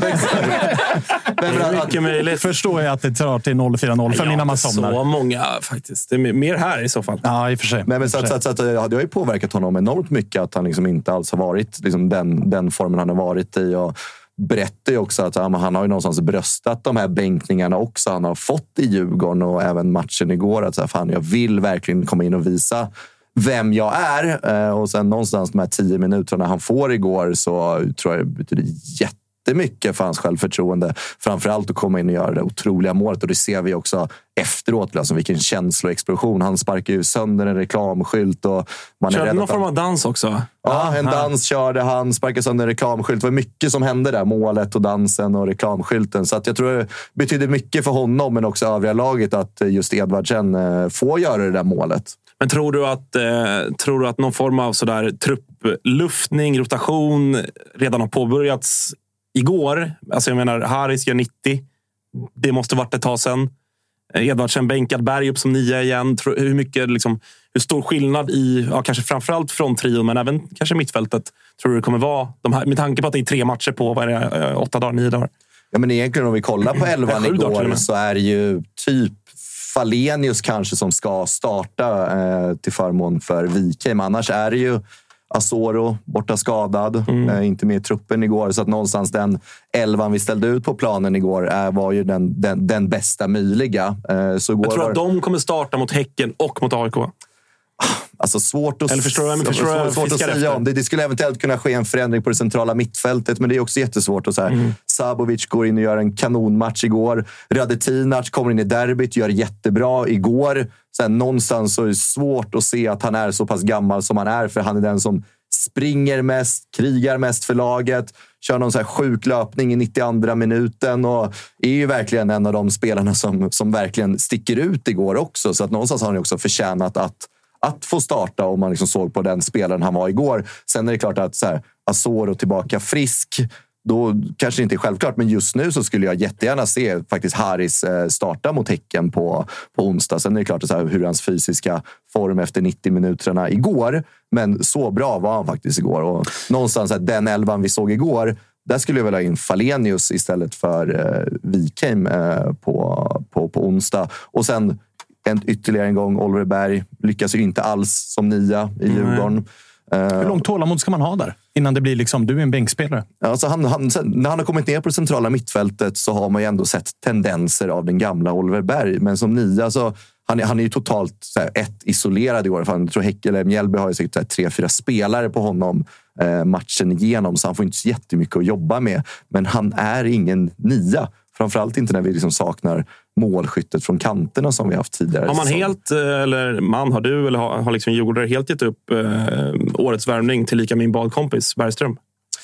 Men mycket möjligt. Förstår jag att det tar till noll fyra noll fem innan man somnar. Så många faktiskt. Det är mer här i så fall. Ja, i och för sig. Men, men så, att, så, att, så att, det har ju påverkat honom enormt mycket att han liksom inte alls har varit liksom den, den formen han har varit i. Och berättar ju också att ja, han har ju någonstans bröstat de här bänkningarna också. Han har fått i Djurgården och även matchen igår. Att så här, fan, jag vill verkligen komma in och visa vem jag är. Och sen någonstans de här tio minuterna han får igår så tror jag det betyder jättemycket för hans självförtroende. Framförallt att komma in och göra det otroliga målet. Och det ser vi också efteråt. Alltså vilken känsloexplosion. Han sparkar ju sönder en reklamskylt. Och man körde är någon form av dans också? Ja, en dans körde han. Sparkade sönder en reklamskylt. Det var mycket som hände där. Målet och dansen och reklamskylten. Så att jag tror det betyder mycket för honom men också övriga laget att just Edvardsen får göra det där målet. Men tror du att, eh, tror du att någon form av sådär truppluftning, rotation redan har påbörjats igår? Alltså jag menar, Haris gör nittio. Det måste varit ett tag sedan. Edvardsen bänkad, Berg upp som nia igen. Tror, hur mycket, liksom, hur stor skillnad i, ja, kanske framförallt från trion, men även kanske mittfältet, tror du det kommer vara? De här, med tanke på att det är tre matcher på, vad är det, åtta dagar, nio dagar? Ja, men egentligen om vi kollar på elvan igår så är det ju typ Falenius kanske som ska starta eh, till förmån för Wikheim. Annars är det ju Asoro borta skadad. Mm. Eh, inte med i truppen igår. Så att någonstans den elvan vi ställde ut på planen igår eh, var ju den, den, den bästa möjliga. Eh, så jag tror var... att de kommer starta mot Häcken och mot A I K. Alltså svårt att, Eller förstår jag, förstår jag, svårt att säga om. Det, det skulle eventuellt kunna ske en förändring på det centrala mittfältet, men det är också jättesvårt. Och så här. Mm. Sabovic går in och gör en kanonmatch igår. Radetinac kommer in i derbyt, gör jättebra igår. Sen någonstans så är det svårt att se att han är så pass gammal som han är, för han är den som springer mest, krigar mest för laget, kör någon så här sjuk löpning i nittioandra minuten och är ju verkligen en av de spelarna som, som verkligen sticker ut igår också. Så att någonstans har han också förtjänat att att få starta om man liksom såg på den spelaren han var igår. Sen är det klart att så här, Asoro tillbaka frisk, då kanske det inte är självklart, men just nu så skulle jag jättegärna se faktiskt Haris starta mot Häcken på, på onsdag. Sen är det klart att så här, hur hans fysiska form efter nittio minuterna igår, men så bra var han faktiskt igår. Och någonstans att den elvan vi såg igår, där skulle jag vilja ha in Falenius istället för eh, Wikheim eh, på, på, på onsdag. Och sen en, ytterligare en gång, Oliver Berg lyckas ju inte alls som nia i Djurgården. Mm. Hur långt tålamod ska man ha där? Innan det blir liksom, du är en bänkspelare. Alltså han, han, när han har kommit ner på det centrala mittfältet så har man ju ändå sett tendenser av den gamla Oliver Berg. Men som nia så, han, han är ju totalt så här, ett isolerad i år. För jag tror Häcken eller Mjällby har ju säkert så här, tre, fyra spelare på honom eh, matchen igenom. Så han får inte så jättemycket att jobba med. Men han är ingen nia. Framförallt inte när vi liksom saknar målskyttet från kanterna som vi haft tidigare. Har man helt, eller man, har du eller har, har liksom Djurgårdare helt gett upp eh, årets värvning till lika min badkompis Bergström?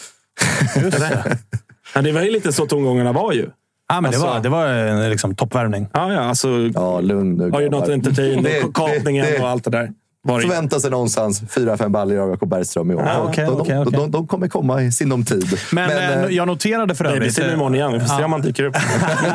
Just det. Ja, det var ju lite så tongångarna var ju. Ja, men alltså, det var, det var en liksom, toppvärvning. Ja, ja, alltså... Ja, lugn nu. Har ju något entertain och kapningen och allt det där. Förväntar sig någonstans fyra, fem baller av Jakob Bergström i år. Ah, okay, de, okay, de, okay. De, de kommer komma i sinom tid. Men, men äh, jag noterade för övrigt... Det blir imorgon igen. Vi får se om man dyker upp.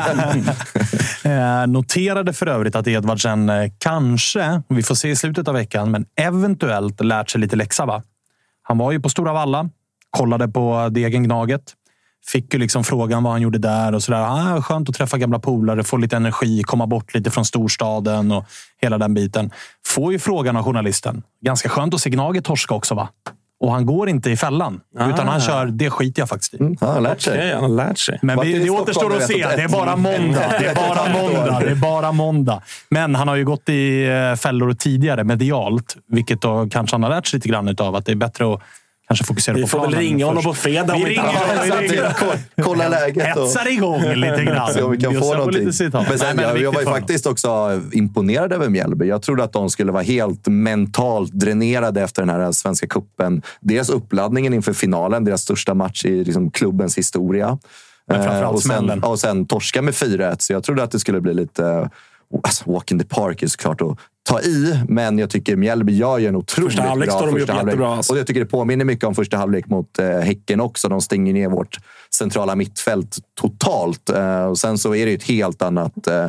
Jag noterade för övrigt att Edvardsen kanske, vi får se i slutet av veckan, men eventuellt lärt sig lite läxa, va? Han var ju på Stora Valla, kollade på Degengnaget. Fick ju liksom frågan vad han gjorde där och sådär. Ah, skönt att träffa gamla polare, få lite energi, komma bort lite från storstaden och hela den biten. Får ju frågan av journalisten. Ganska skönt att se Gnaget torska också, va? Och han går inte i fällan. Ah. Utan han kör, det skiter jag faktiskt i. Mm, han har lärt sig. Okay, han har lärt sig. Men vi, det återstår att se. Det är bara måndag. Det är bara måndag. Det är bara måndag. Men han har ju gått i fällor tidigare medialt. Vilket då kanske han har lärt sig lite grann utav. Att det är bättre att kanske fokusera vi på planen. Vi får väl ringa honom på fredag. Vi ringer honom. Kolla läget. Och hetsar igång lite grann. Så vi kan få någonting. Men sen, Nej, men jag, jag var ju faktiskt också imponerad över Mjällby. Jag trodde att de skulle vara helt mentalt dränerade efter den här svenska kuppen. Deras uppladdningen inför finalen, deras största match i liksom, klubbens historia. Men och, sen, och sen torska med fyra ett. Så jag trodde att det skulle bli lite... Alltså, walk in the park är såklart att ta i, men jag tycker Mjällby gör ju en otroligt första halvlek bra första halvlek. Jättebra, alltså. Och jag tycker det påminner mycket om första halvlek mot eh, Häcken också. De stänger ner vårt centrala mittfält totalt. Eh, och sen så är det ju ett helt annat eh,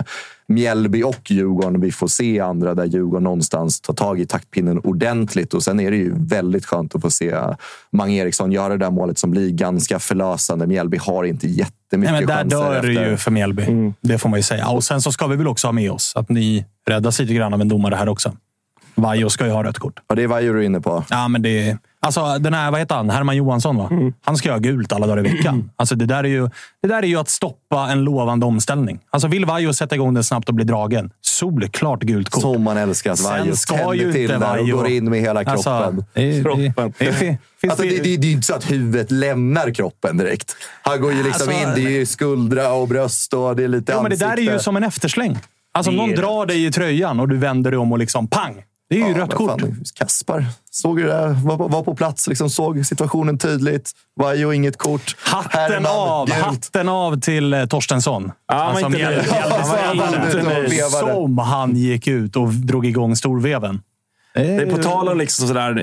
Mjällby och Djurgården. Vi får se andra där Djurgården någonstans tar tag i taktpinnen ordentligt. Och sen är det ju väldigt skönt att få se Mange Eriksson göra det där målet som blir ganska förlösande. Mjällby har inte jättemycket Nej, men där chanser. Där dör det ju för Mjällby. Mm. Det får man ju säga. Och sen så ska vi väl också ha med oss att ni räddas lite grann av en domare här också. Vajo ska ju ha rött kort. Ja, det är Vajo du är inne på. Ja, men det är... Alltså, den här, vad heter han? Herman Johansson, va? Mm. Han ska ju ha gult alla dagar i veckan. Alltså, det där är ju, det där är ju att stoppa en lovande omställning. Alltså, vill Vajo sätta igång den snabbt och bli dragen? Solklart gult kort. Som man älskar att Vajo tänder till där och går in med hela kroppen. Alltså, det, det, kroppen. Det, det, det, alltså, det, det, det är ju inte så att huvudet lämnar kroppen direkt. Han går ju liksom alltså, in, det är ju skuldra och bröst och det är lite jo, ansikte. Men det där är ju som en eftersläng. Alltså, om någon drar dig i tröjan och du vänder dig om och liksom pang. Det är ju ja, rött kort. Fan, Kaspar såg ju det, var, var på plats, liksom, såg situationen tydligt. Var ju inget kort. Hatten Herman, av, gult. hatten av till eh, Torstensson. Ja, alltså, inte mjäl, mjäl, mjäl, som han gick ut och drog igång storveven. Det är på tal om liksom sådär,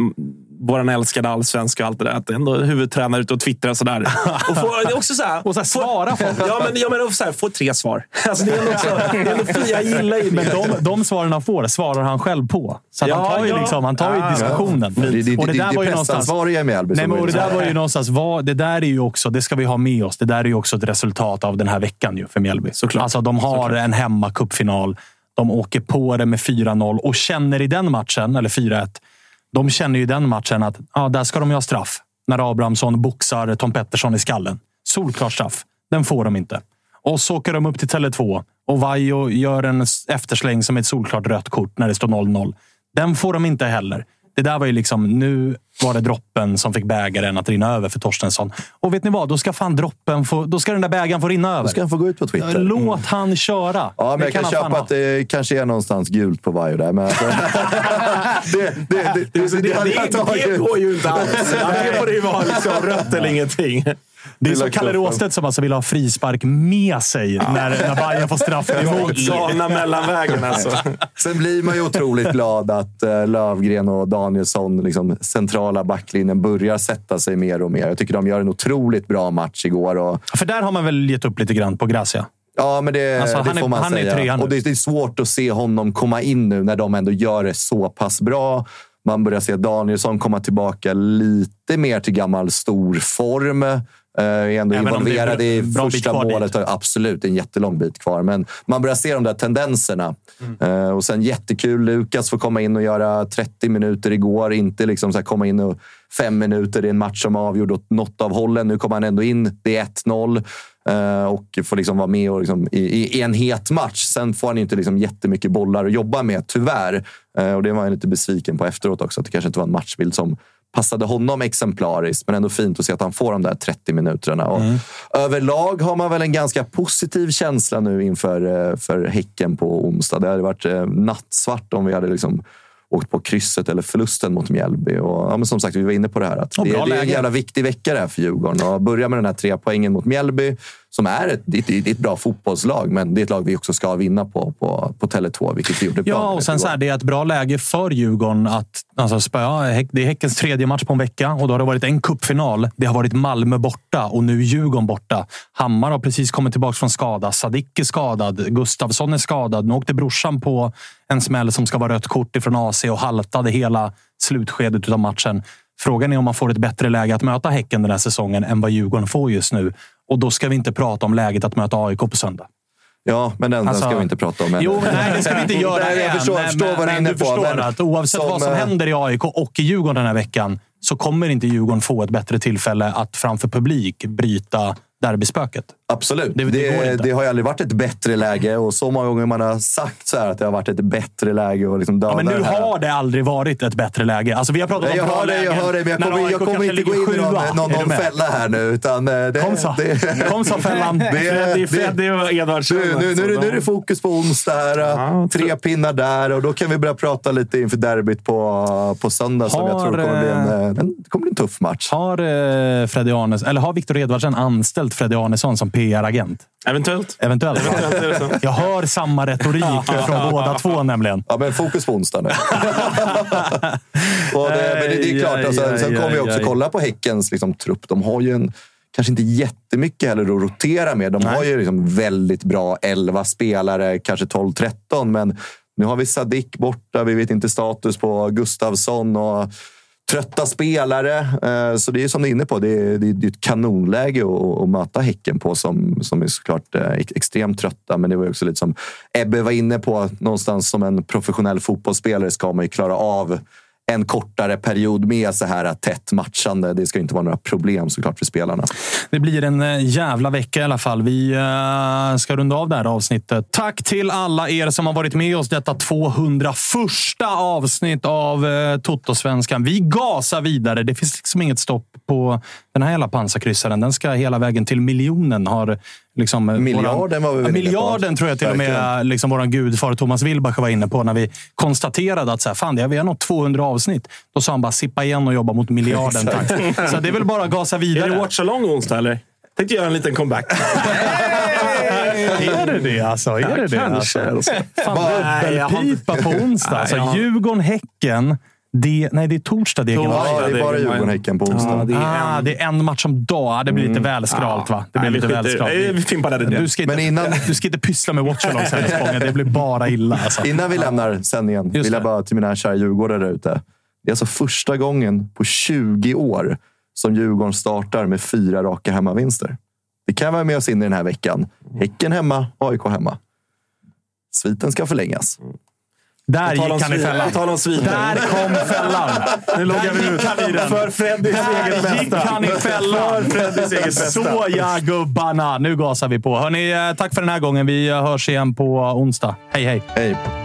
våran älskade allsvenska och allt det där. Att ändå huvudtränare ut och twittrar sådär. Och få, det är också såhär, och så här, svara folk. Ja, men, ja, men så här, få tre svar. Alltså, det är också, det är ändå fria gilla i det. Men de, de svaren han får svarar han själv på. Så ja, han tar ju, ja. liksom, han tar ju ja, diskussionen. Ja. Det, det, och det, det, där det var ju någonstans... Nej, men och det där var ju någonstans... Vad, det där är ju också... Det ska vi ha med oss. Det där är ju också ett resultat av den här veckan ju, för Mjällby. Såklart. Alltså, de har Såklart. en hemmakuppfinal. De åker på det med fyra noll och känner i den matchen, eller fyra ett, de känner ju i den matchen att ja, där ska de ju ha straff. När Abrahamsson boxar Tom Pettersson i skallen. Solklart straff. Den får de inte. Och så åker de upp till Tele två och Vajo gör en eftersläng som ett solklart rött kort när det står noll noll. Den får de inte heller. Det där var ju liksom, nu var det droppen som fick bägaren att rinna över för Torstensson. Och vet ni vad? Då ska fan droppen få, då ska den där bägaren få rinna över. Då ska han få gå ut på Twitter. Låt mm. han köra. Ja, men det jag kan, kan köpa att det kanske är någonstans gult på Vajo där. Men alltså, det, det, det, det, det, det, det, det går ju inte alls. Det får ju vara liksom rött eller ingenting. Det är som Kalle Råstedt som alltså vill ha frispark med sig ja. när, när Bayern får straff emot. Galna mellanvägen alltså. Sen blir man ju otroligt glad att uh, Lövgren och Danielsson, liksom, centrala backlinjen, börjar sätta sig mer och mer. Jag tycker de gör en otroligt bra match igår. Och... För där har man väl gett upp lite grann på Gracia. Ja, men det, alltså, det får är, man säga. Och det, det är svårt att se honom komma in nu när de ändå gör det så pass bra. Man börjar se Danielsson komma tillbaka lite mer till gammal stor form. Är ändå involverad i första målet. Dit. Absolut, en jättelång bit kvar. Men man börjar se de där tendenserna. Mm. Och sen jättekul, Lukas får komma in och göra trettio minuter igår. Inte liksom så här komma in och fem minuter i en match som avgjord åt något av hållen. Nu kommer han ändå in, det är ett noll. Och får liksom vara med och liksom i, i en het match. Sen får han inte liksom jättemycket bollar att jobba med, tyvärr. Och det var jag lite besviken på efteråt också. Att det kanske inte var en matchbild som passade honom exemplariskt, men ändå fint att se att han får de där trettio minuterna. Och mm. överlag har man väl en ganska positiv känsla nu inför för Häcken på onsdag. Det hade varit nattsvart om vi hade liksom åkt på krysset eller förlusten mot Mjällby. Och, ja, men som sagt, vi var inne på det här. Att det, det är en jävla viktig vecka där för Djurgården. Och börja med den här tre poängen mot Mjällby, som är ett, det, det är ett bra fotbollslag, men det är ett lag vi också ska vinna på på, på Tele två, vilket vi gjorde bra. Ja, och sen så här, det är ett bra läge för Djurgården att alltså, spöa. Det är Häckens tredje match på en vecka och då har det varit en cupfinal. Det har varit Malmö borta och nu Djurgården borta. Hammar har precis kommit tillbaka från skada. Sadik är skadad. Gustavsson är skadad. Nu åkte brorsan på en smäll som ska vara rött kort ifrån A C och haltade hela slutskedet av matchen. Frågan är om man får ett bättre läge att möta Häcken den här säsongen än vad Djurgården får just nu. Och då ska vi inte prata om läget att möta A I K på söndag. Ja, men den, alltså, den ska vi inte prata om. Jo, nej, det ska vi inte göra. Nej, jag förstår, men, förstår men, men du på, förstår men, att oavsett som, vad som händer i A I K och i Djurgården den här veckan så kommer inte Djurgården få ett bättre tillfälle att framför publik bryta derbyspöket. Absolut. Det, det, det, det har ju aldrig varit ett bättre läge och så många gånger man har sagt så här att det har varit ett bättre läge och liksom ja, men nu har det aldrig varit ett bättre läge. Alltså vi har pratat nej, om bra det, lägen. Jag hör det, men jag kommer, jag kommer inte gå in i någon, någon, någon fälla här nu. Utan det, kom så. Det, kom så fällan. Det, det är Freddy och Edvardsson. Nu, nu, nu, nu är det fokus på onsdag här. Ja, tre pinnar där och då kan vi börja prata lite inför derbyt på, på söndag som har, jag tror kommer bli en, en, kommer bli en tuff match. Har eh, Freddy Arnes, eller har Viktor Edvardsson anställt Freddy Arnesson som P R-agent? Eventuellt. Eventuellt. Eventuellt jag hör samma retorik från båda två nämligen. Ja, men fokus på onsdag nu. och det, men det, det är klart. Alltså, sen kommer vi också kolla på Häckens liksom, trupp. De har ju en kanske inte jättemycket heller att rotera med. De Nej. har ju liksom väldigt bra elva spelare, kanske tolv tretton, men nu har vi Sadik borta, vi vet inte status på Gustavsson och trötta spelare. Så det är som du är inne på, det är, det är ett kanonläge att, att möta Häcken på som, som är såklart extremt trötta. Men det var också lite som Ebbe var inne på, någonstans som en professionell fotbollsspelare ska man ju klara av en kortare period med så här tätt matchande. Det ska inte vara några problem såklart för spelarna. Det blir en jävla vecka i alla fall. Vi uh, ska runda av det här avsnittet. Tack till alla er som har varit med oss detta tvåhundraförsta avsnitt av uh, Toto-svenskan. Vi gasar vidare. Det finns liksom inget stopp på den här hela pansarkryssaren. Den ska hela vägen till miljonen. Har liksom, miljarden våran, var vi Miljarden tror jag till och med liksom, våran gudfar Thomas Wilbach var inne på när vi konstaterade att så här, fan, det är vi har nått tvåhundra avsnitt. Då sa han bara sippa igen och jobba mot miljarden. Tack. Så det är väl bara att gasa vidare. Är det watch-along onsdag eller? Tänkte göra en liten comeback. Är det det alltså? Är ja, det det alltså? alltså. Fan, dubbelpipa på onsdag. Alltså, Djurgården, Häcken. Det, nej, det är torsdag. Det är, ja, det är bara Djurgården-Häcken på onsdag. Ja, det, är ah, det är en match om dag. Det blir lite väl skralt, va? Det blir nej, lite väl skralt. Vi fimpar det. Du ska inte, Men innan... du ska inte pyssla med watch-alongs här Spången. Det blir bara illa. Alltså. Innan vi lämnar sändningen vill jag bara till mina kära Djurgårdare där ute. Det är alltså första gången på tjugo år som Djurgården startar med fyra raka hemmavinster. Det kan vara med oss in i den här veckan. Häcken hemma, A I K hemma. Sviten ska förlängas. Där gick han i fällan. Där kom fällan. Nu loggar vi ut. För Freddys eget bästa. Gick han i fällan. För Freddys eget bästa. Så ja, gubbarna. Nu gasar vi på. Hörrni, tack för den här gången. Vi hörs igen på onsdag. Hej, hej. Hej.